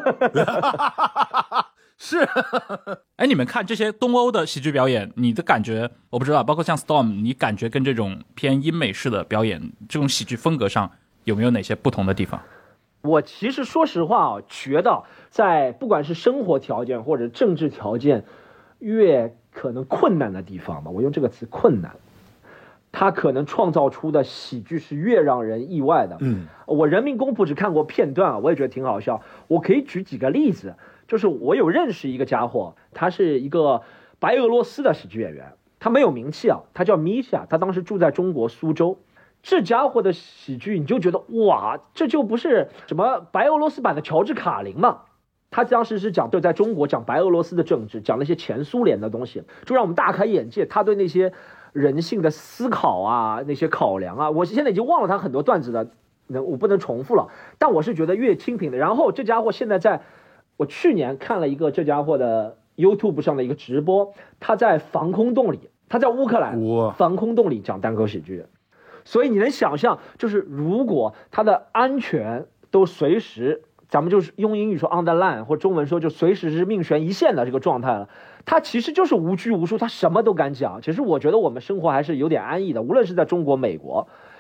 是。 哎，你们看这些东欧的喜剧表演，你的感觉我不知道，包括像 Storm， 你感觉跟这种偏英美式的表演，这种喜剧风格上有没有哪些不同的地方？ 我其实说实话觉得在不管是生活条件或者政治条件越可能困难的地方吧，我用这个词困难，他可能创造出的喜剧是越让人意外的。我人民公仆只看过片段我也觉得挺好笑。我可以举几个例子，就是我有认识一个家伙，他是一个白俄罗斯的喜剧演员，他没有名气他叫米夏，他当时住在中国苏州。这家伙的喜剧你就觉得哇，这就不是什么白俄罗斯版的乔治卡林嘛？他当时是就在中国讲白俄罗斯的政治，讲那些前苏联的东西，就让我们大开眼界。他对那些人性的思考那些考量我现在已经忘了他很多段子的，我不能重复了。但我是觉得越清品的。然后这家伙现在我去年看了一个这家伙的 YouTube 上的一个直播，他在防空洞里，他在乌克兰防空洞里讲单口喜剧。所以你能想象，就是如果他的安全都随时，咱们就是用英语说 on the line， 或中文说就随时是命悬一线的这个状态了，他其实就是无拘无束，他什么都敢讲。其实我觉得我们生活还是有点安逸的，无论是在中国、美国，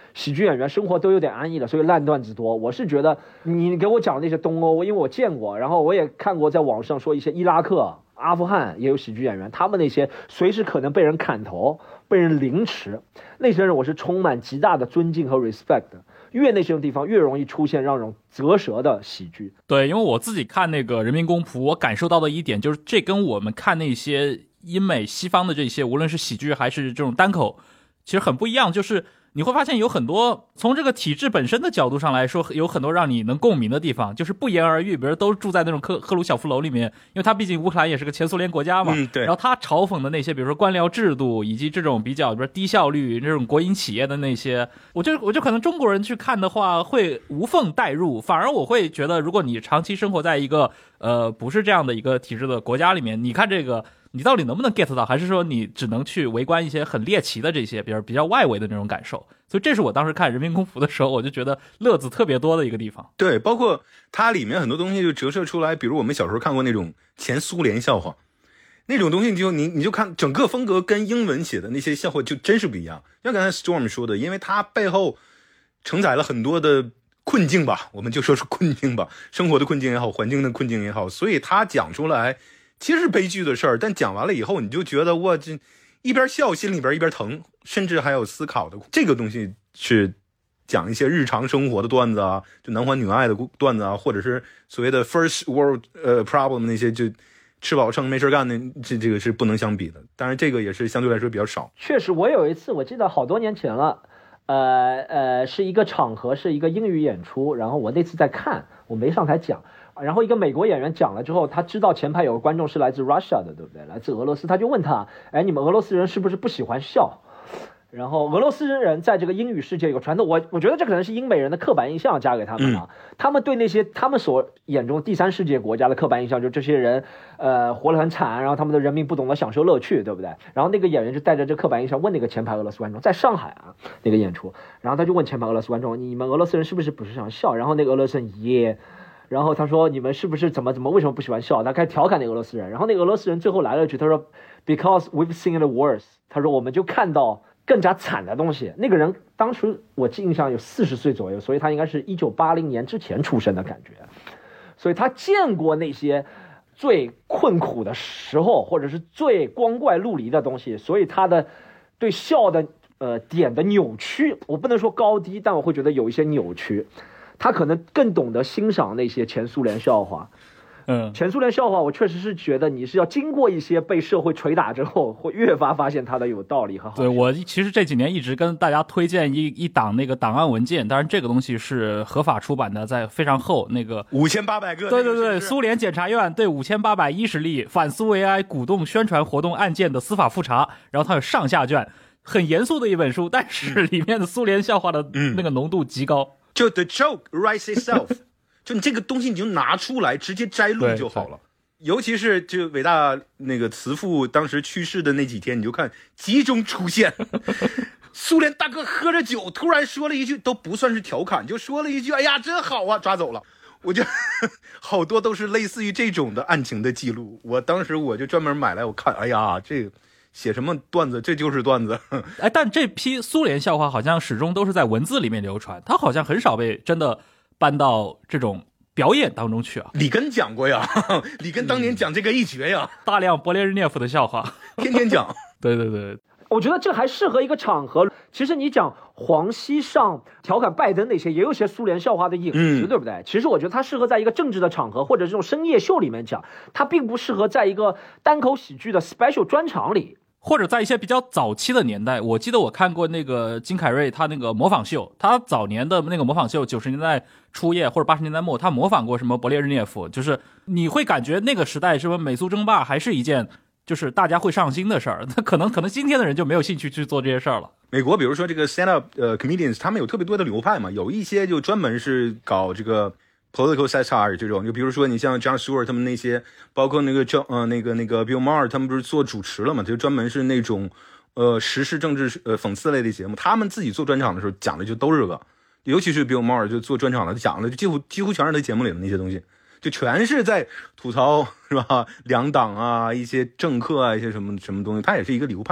喜剧演员生活都有点安逸了，所以烂段子多。我是觉得你给我讲那些东欧，因为我见过，然后我也看过在网上说一些伊拉克、阿富汗也有喜剧演员，他们那些随时可能被人砍头、被人凌迟，那些人我是充满极大的尊敬和 respect 的。越那些地方越容易出现让人啧舌的喜剧。 对，因为我自己看那个人民公仆，我感受到的一点就是，这跟我们看那些英美西方的这些，无论是喜剧还是这种单口，其实很不一样。就是你会发现有很多从这个体制本身的角度上来说，有很多让你能共鸣的地方，就是不言而喻。比如都住在那种赫鲁晓夫楼里面，因为他毕竟乌克兰也是个前苏联国家嘛， 对。 然后他嘲讽的那些，比如说官僚制度以及这种比较比如低效率这种国营企业的那些，我就可能中国人去看的话会无缝带入，反而我会觉得，如果你长期生活在一个不是这样的一个体制的国家里面，你看这个。你到底能不能 get 到，还是说你只能去围观一些很猎奇的这些比较外围的那种感受？所以这是我当时看人民公仆的时候，我就觉得乐子特别多的一个地方。 对，包括它里面很多东西就折射出来，比如我们小时候看过那种前苏联笑话，那种东西你就看整个风格跟英文写的那些笑话就真是不一样。像刚才 Storm 说的，因为它背后承载了很多的困境吧，我们就说是困境吧，生活的困境也好，环境的困境也好，所以他讲出来其实是悲剧的事儿，但讲完了以后，你就觉得哇，这一边笑心里边一边疼，甚至还有思考的。这个东西是讲一些日常生活的段子啊，就男欢女爱的段子啊，或者是所谓的 first world problem 那些就吃饱撑没事干的，这个是不能相比的。当然，这个也是相对来说比较少。 确实，我有一次我记得好多年前了，是一个场合，是一个英语演出，然后我那次在看，我没上台讲。然后一个美国演员讲了之后，他知道前排有个观众是来自 Russia 的，对不对？来自俄罗斯，他就问他，哎，你们俄罗斯人是不是不喜欢笑？然后俄罗斯人在这个英语世界有个传统，我觉得这可能是英美人的刻板印象加给他们了。他们对那些他们所眼中第三世界国家的刻板印象，就这些人活得很惨，然后他们的人民不懂得享受乐趣，对不对？然后那个演员就带着这刻板印象问那个前排俄罗斯观众，在上海啊那个演出，然后他就问前排俄罗斯观众，你们俄罗斯人是不是不喜欢笑？然后那个俄罗斯人也。然后他说你们是不是怎么为什么不喜欢笑？他开始调侃那个俄罗斯人，然后那个俄罗斯人最后来了一句，他说 Because we've seen the worst。 他说我们就看到更加惨的东西。那个人当时我印象有40岁左右，所以他应该是1980年之前出生的感觉，所以他见过那些最困苦的时候，或者是最光怪陆离的东西，所以他的对笑的点的扭曲，我不能说高低，但我会觉得有一些扭曲。他可能更懂得欣赏那些前苏联笑话，前苏联笑话，我确实是觉得你是要经过一些被社会捶打之后，会越发现它的有道理和好。 对，我其实这几年一直跟大家推荐一档那个档案文件，当然这个东西是合法出版的，在非常厚，那个 5800个。 对对对，苏联检察院对5810例反苏维埃鼓动宣传活动案件的司法复查，然后它有上下卷，很严肃的一本书，但是里面的苏联笑话的那个浓度极高。 就 the joke writes itself， 就你这个东西你就拿出来直接摘录就好了。尤其是就伟大那个慈父当时去世的那几天，你就看集中出现苏联大哥喝着酒突然说了一句，都不算是调侃，就说了一句哎呀真好啊，抓走了。我觉得好多都是类似于这种的案情的记录，我当时我就专门买来我看，哎呀这个写什么段子，这就是段子。 哎，但这批苏联笑话好像始终都是在文字里面流传，它好像很少被真的搬到这种表演当中去啊。 里根讲过呀，里根当年讲这个一绝呀， 大量勃列日涅夫的笑话， 天天讲。 对对对， 我觉得这还适合一个场合。其实你讲黄西上调侃拜登那些，也有些苏联笑话的影子，对不对？其实我觉得它适合在一个政治的场合或者这种深夜秀里面讲，它并不适合在一个单口喜剧的 special 专场里。 或者在一些比较早期的年代，我记得我看过那个金凯瑞他那个模仿秀，他早年的那个模仿秀90年代初叶或者80年代末，他模仿过什么勃列日涅夫，就是你会感觉那个时代什么美苏争霸还是一件就是大家会上心的事儿，那可能今天的人就没有兴趣去做这些事儿了。 美国比如说这个 stand up comedians， 他们有特别多的流派嘛，有一些就专门是搞这个political satire 这种，就比如说你像 Jon Stewart 他们那些，包括那个那个 Bill Maher 他们不是做主持了嘛，就专门是那种时事政治讽刺类的节目，他们自己做专场的时候讲的就都是这个，尤其是 Bill Maher 就做专场的讲的几乎全是他节目里的那些东西，就全是在吐槽是吧两党啊一些政客啊一些什么东西，他也是一个流派。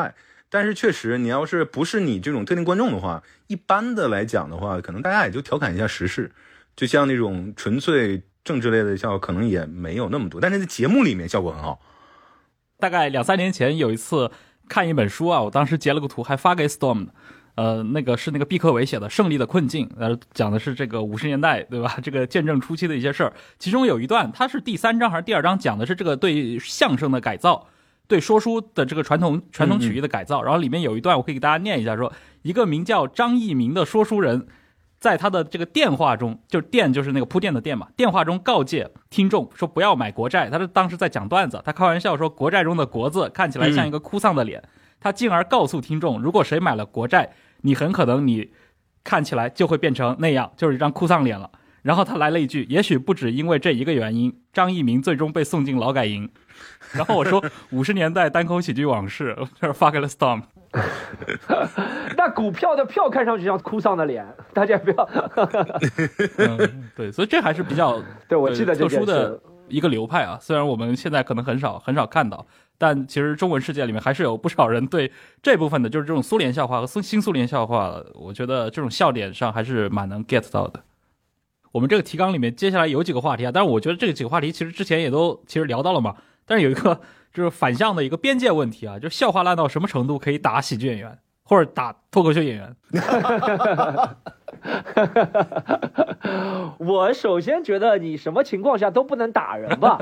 但是确实，你要是不是你这种特定观众的话，一般的来讲的话，可能大家也就调侃一下时事，就像那种纯粹政治类的笑话，可能也没有那么多。但是在节目里面效果很好。 大概2-3年前有一次看一本书啊，我当时截了个图，还发给 Storm 的。那个是那个毕克维写的《胜利的困境》，讲的是这个50年代，对吧？这个见证初期的一些事儿。其中有一段，它是第3章还是第2章，讲的是这个对相声的改造。对说书的这个传统曲艺的改造，然后里面有一段我可以给大家念一下，说一个名叫张一鸣的说书人，在他的这个电话中，就是那个铺垫的电嘛，电话中告诫听众说不要买国债。他是当时在讲段子，他开玩笑说国债中的国字看起来像一个哭丧的脸，他进而告诉听众，如果谁买了国债，你很可能你看起来就会变成那样，就是一张哭丧脸了。然后他来了一句，也许不止因为这一个原因，张一鸣最终被送进劳改营。然后我说50年代单口喜剧往事，这发给了 Storm。 那股票的票看上去像哭丧的脸，大家不要对，所以这还是比较对，我记得特殊的一个流派啊。虽然我们现在可能很少看到，但其实中文世界里面还是有不少人对这部分的，就是这种苏联笑话和新苏联笑话，我觉得这种笑点上还是蛮能 get 到的。我们这个提纲里面接下来有几个话题啊，但是我觉得这几个话题其实之前也都聊到了嘛。但是有一个就是反向的一个边界问题啊，就笑话烂到什么程度可以打喜剧演员或者打脱口秀演员？ 我首先觉得你什么情况下都不能打人吧？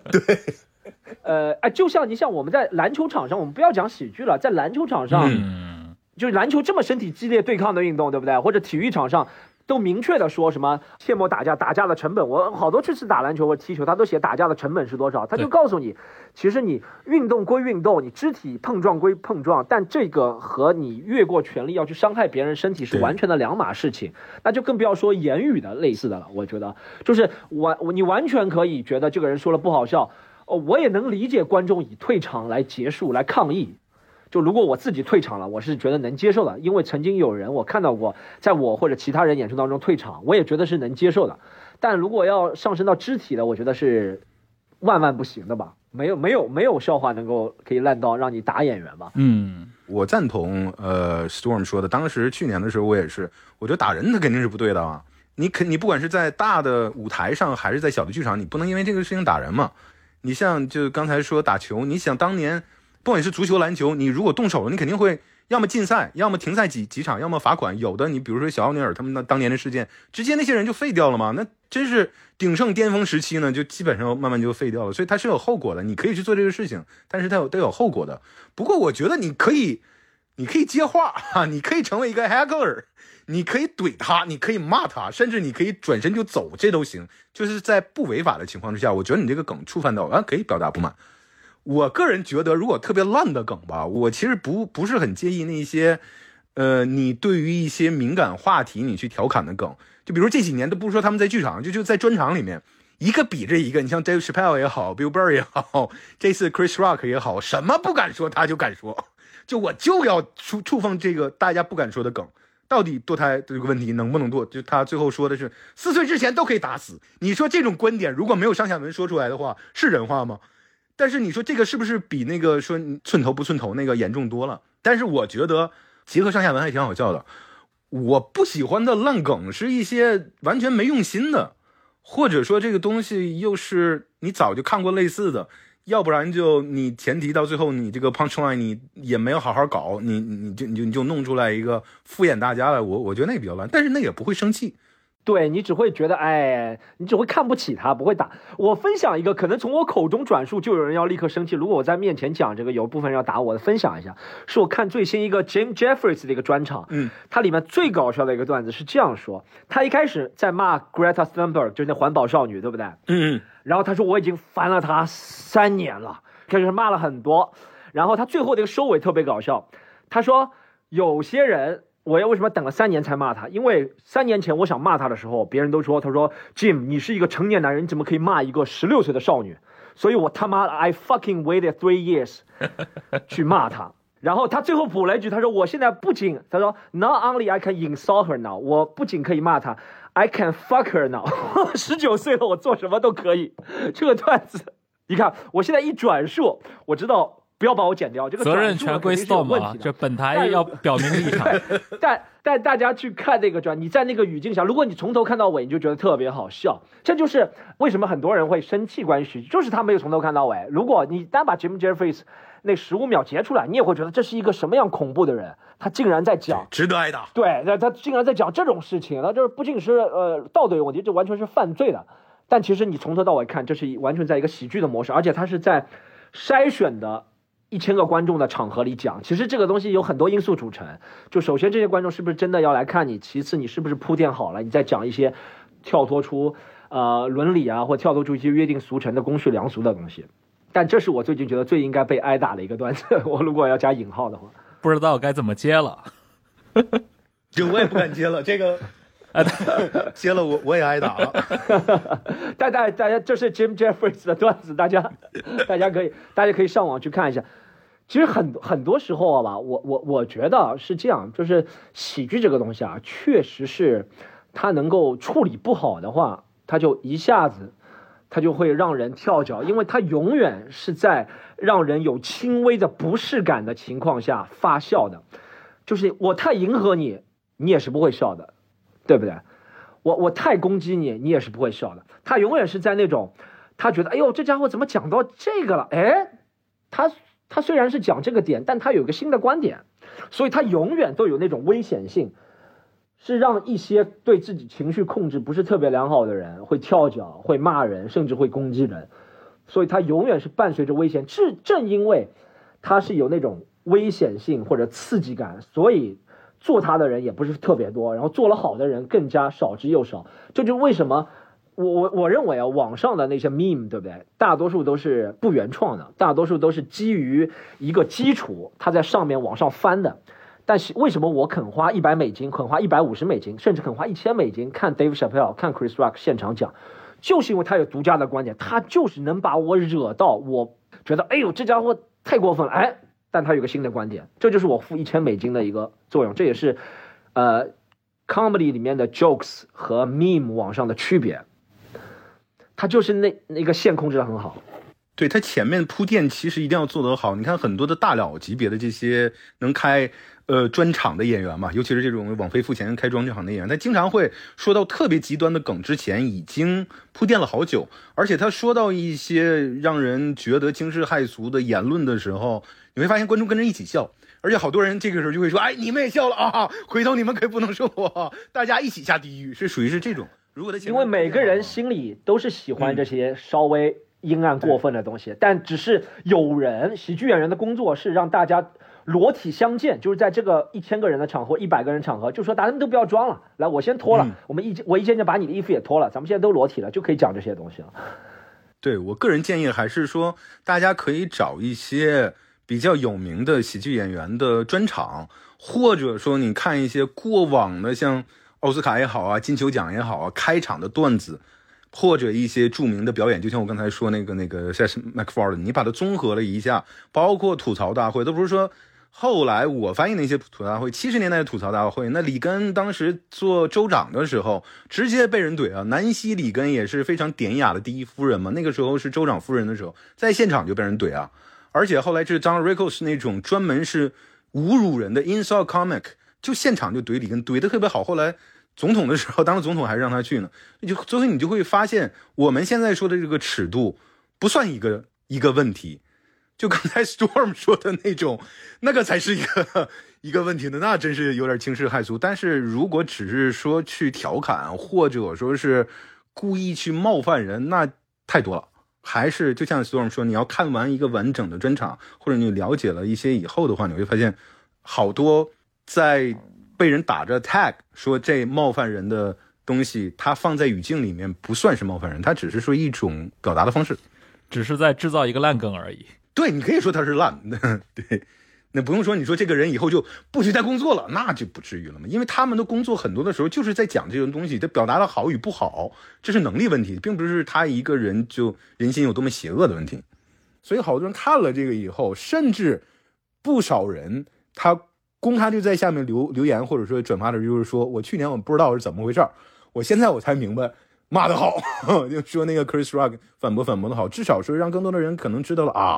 对。就像我们在篮球场上，我们不要讲喜剧了，在篮球场上，就是篮球这么身体激烈对抗的运动，对不对？或者体育场上。都明确的说什么切莫打架的成本，我好多次打篮球或踢球，他都写打架的成本是多少，他就告诉你，其实你运动归运动，你肢体碰撞归碰撞，但这个和你越过权力要去伤害别人身体是完全的两码事情，那就更不要说言语的类似的了。我觉得就是你完全可以觉得这个人说了不好笑，我也能理解观众以退场来结束来抗议。就如果我自己退场了，我是觉得能接受的，因为曾经有人我看到过，在我或者其他人演出当中退场，我也觉得是能接受的。但如果要上升到肢体的，我觉得是万不行的吧？没有笑话可以烂到让你打演员吧？ 我赞同Storm 说的。当时去年的时候我也是，我觉得打人他肯定是不对的啊。你不管是在大的舞台上还是在小的剧场，你不能因为这个事情打人嘛。你像就刚才说打球，你想当年。不管是足球篮球，你如果动手了，你肯定会要么禁赛，要么停赛几场，要么罚款。有的你比如说小奥尼尔他们当年的事件，直接那些人就废掉了嘛，那真是鼎盛巅峰时期呢，就基本上慢慢就废掉了。所以它是有后果的，你可以去做这个事情，但是它都有后果的。不过我觉得你可以接话啊，你可以成为一个 heckler， 你可以怼他，你可以骂他，甚至你可以转身就走，这都行。就是在不违法的情况之下，我觉得你这个梗触犯到可以表达不满。我个人觉得，如果特别烂的梗吧，我其实不是很介意那些，你对于一些敏感话题你去调侃的梗，就比如这几年都不是说他们在剧场，就在专场里面，一个比着一个，你像 Dave Chappelle 也好 ，Bill Burr 也好，这次 Chris Rock 也好，什么不敢说他就敢说，就我就要触碰这个大家不敢说的梗。到底堕胎这个问题能不能堕？就他最后说的是4岁之前都可以打死。你说这种观点如果没有上下文说出来的话，是人话吗？但是你说这个是不是比那个说寸头不寸头那个严重多了？但是我觉得结合上下文还挺好笑的。我不喜欢的烂梗是一些完全没用心的，或者说这个东西又是你早就看过类似的，要不然就你前提到最后你这个 punchline 你也没有好好搞，你就弄出来一个敷衍大家的，我觉得那个比较烂，但是那也不会生气。 对，你只会觉得你只会看不起他，不会打。我分享一个可能从我口中转述就有人要立刻生气，如果我在面前讲这个有部分人要打我的，分享一下，是我看最新一个 Jim Jeffries 的一个专场，它里面最搞笑的一个段子是这样说，他一开始在骂 Greta Thunberg 就是那环保少女，对不对？然后他说我已经烦了他3年了，开始骂了很多，然后他最后的一个收尾特别搞笑，他说有些人我为什么等了3年才骂他？因为3年前我想骂他的时候，别人都说，他说 Jim 你是一个成年男人，你怎么可以骂一个16岁的少女？所以我他妈 I fucking waited 3 years 去骂他。然后他最后补了一句，他说我现在不仅，他说 Not only I can insult her now， 我不仅可以骂他 I can fuck her now 19岁了，我做什么都可以。这个段子你看我现在一转述，我知道不要把我剪掉，这个责任全归 Storm 啊，这本台要表明立场。 但大家去看那个转，你在那个语境下，如果你从头看到尾，你就觉得特别好笑。这就是为什么很多人会生气关于喜剧，就是他没有从头看到尾。如果你单把 Jim Jeffries 那15秒截出来，你也会觉得这是一个什么样恐怖的人，他竟然在讲值得挨打。 对，他竟然在讲这种事情，那就是不仅是道德有问题，这完全是犯罪的。但其实你从头到尾看，这是完全在一个喜剧的模式，而且他是在筛选的1000个观众的场合里讲。其实这个东西有很多因素组成，就首先这些观众是不是真的要来看你，其次你是不是铺垫好了，你再讲一些跳脱出伦理啊，或跳脱出一些约定俗成的公序良俗的东西。但这是我最近觉得最应该被挨打的一个段子，我如果要加引号的话， 不知道该怎么接了。 这我也不敢接了，这个接了我也挨打了。 大家这是 Jim Jeffries 的段子，大家可以上网去看一下。其实很多时候吧，我觉得是这样，就是喜剧这个东西啊，确实是它能够处理不好的话，它就一下子它就会让人跳脚，因为它永远是在让人有轻微的不适感的情况下发笑的。就是我太迎合你，你也是不会笑的，对不对？我太攻击你，你也是不会笑的。他永远是在那种，他觉得哎呦这家伙怎么讲到这个了？哎，他虽然是讲这个点，但他有个新的观点，所以他永远都有那种危险性，是让一些对自己情绪控制不是特别良好的人会跳脚、会骂人，甚至会攻击人。所以他永远是伴随着危险。正因为他是有那种危险性或者刺激感，所以做他的人也不是特别多，然后做了好的人更加少之又少。这就为什么我认为啊，网上的那些 meme 对不对，大多数都是不原创的，大多数都是基于一个基础，他在上面往上翻的。但是为什么我肯花$100，肯花$150，甚至肯花$1000看 Dave Chappelle 看 Chris Rock 现场讲，就是因为他有独家的观点，他就是能把我惹到，我觉得哎呦这家伙太过分了，哎，但他有个新的观点，这就是我付$1000的一个作用。这也是comedy 里面的 jokes 和 meme 网上的区别，他就是那个线控制得很好。 对，他前面铺垫其实一定要做得好。你看很多的大佬级别的这些能开专场的演员嘛，尤其是这种网飞付钱开专场的演员，他经常会说到特别极端的梗之前已经铺垫了好久，而且他说到一些让人觉得惊世骇俗的言论的时候，你会发现观众跟着一起笑，而且好多人这个时候就会说，哎，你们也笑了啊，回头你们可不能说我，大家一起下地狱，是属于是这种。如果他因为每个人心里都是喜欢这些稍微阴暗过分的东西，但只是有人喜剧演员的工作是让大家裸体相见，就是在这个1000个人的场合、100个人场合，就说大家都不要装了，来我先脱了，我一件件把你的衣服也脱了，咱们现在都裸体了，就可以讲这些东西了。 对，我个人建议还是说，大家可以找一些比较有名的喜剧演员的专场，或者说你看一些过往的像奥斯卡也好啊，金球奖也好啊，开场的段子，或者一些著名的表演，就像我刚才说那个 Seth MacFarlane， 你把它综合了一下，包括吐槽大会，都不是说后来我发现的一些吐槽大会，70年代的吐槽大会，那里根当时做州长的时候直接被人怼啊，南希里根也是非常典雅的第一夫人嘛，那个时候是州长夫人的时候，在现场就被人怼啊，而且后来这 Don Rickles 那种专门是侮辱人的 insult comic， 就现场就怼里根，怼得特别好，后来总统的时候，当了总统还是让他去呢，所以你就会发现，我们现在说的这个尺度不算一个问题，就刚才 Storm 说的那种，那个才是一个问题的，那真是有点惊世骇俗。但是如果只是说去调侃，或者说是故意去冒犯人，那太多了。还是就像 Storm 说，你要看完一个完整的专场，或者你了解了一些以后的话，你会发现好多在被人打着 tag 说这冒犯人的东西，它放在语境里面不算是冒犯人，它只是说一种表达的方式， 只是在制造一个烂梗而已。 对，你可以说它是烂，对，那不用说你说这个人以后就不许再工作了，那就不至于了嘛，因为他们的工作很多的时候就是在讲这种东西，他表达的好与不好，这是能力问题，并不是他一个人就人心有多么邪恶的问题。所以好多人看了这个以后，甚至不少人他公开就在下面留言或者说转发的，就是说我去年我不知道是怎么回事，我现在我才明白骂得好，就说那个 Chris Rock 反驳的好，至少说让更多的人可能知道了啊，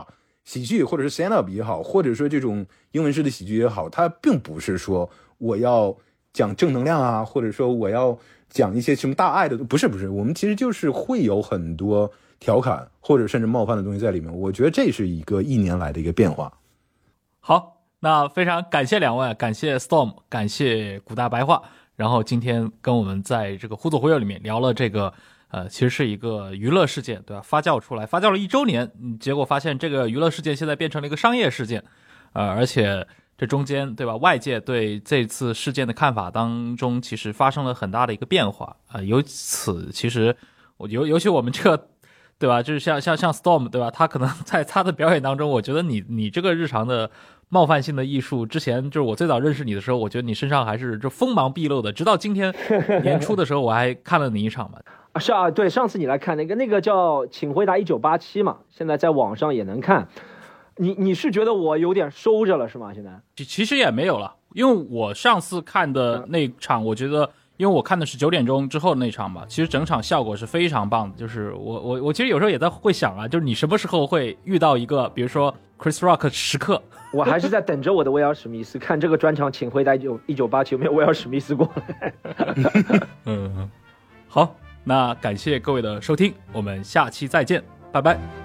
喜剧或者是 stand up 也好，或者说这种英文式的喜剧也好，它并不是说我要讲正能量啊，或者说我要讲一些什么大爱的，不是，我们其实就是会有很多调侃或者甚至冒犯的东西在里面。我觉得这是一年来的一个变化。 好，那非常感谢两位，感谢 Storm， 感谢古大白话。然后今天跟我们在这个忽左忽右里面聊了这个其实是一个娱乐事件，对吧？发酵出来，发酵了1周年，结果发现这个娱乐事件现在变成了一个商业事件，而且这中间，对吧？外界对这次事件的看法当中，其实发生了很大的一个变化由此，其实尤其我们这个，对吧？就是像 Storm， 对吧？他可能在他的表演当中，我觉得你这个日常的冒犯性的艺术，之前就是我最早认识你的时候，我觉得你身上还是就锋芒毕露的。直到今天年初的时候，我还看了你一场嘛。 是啊，对，上次你来看那个叫《请回答1987》嘛，现在在网上也能看。你是觉得我有点收着了是吗？现在其实也没有了，因为我上次看的那场，我觉得，因为我看的是9点钟之后的那场嘛，其实整场效果是非常棒的。就是我其实有时候也在会想啊，就是你什么时候会遇到一个，比如说 Chris Rock 时刻？ 我还是在等着我的威尔史密斯，看这个专场，请回答1987有没有威尔史密斯过来。 好，那感谢各位的收听，我们下期再见，拜拜。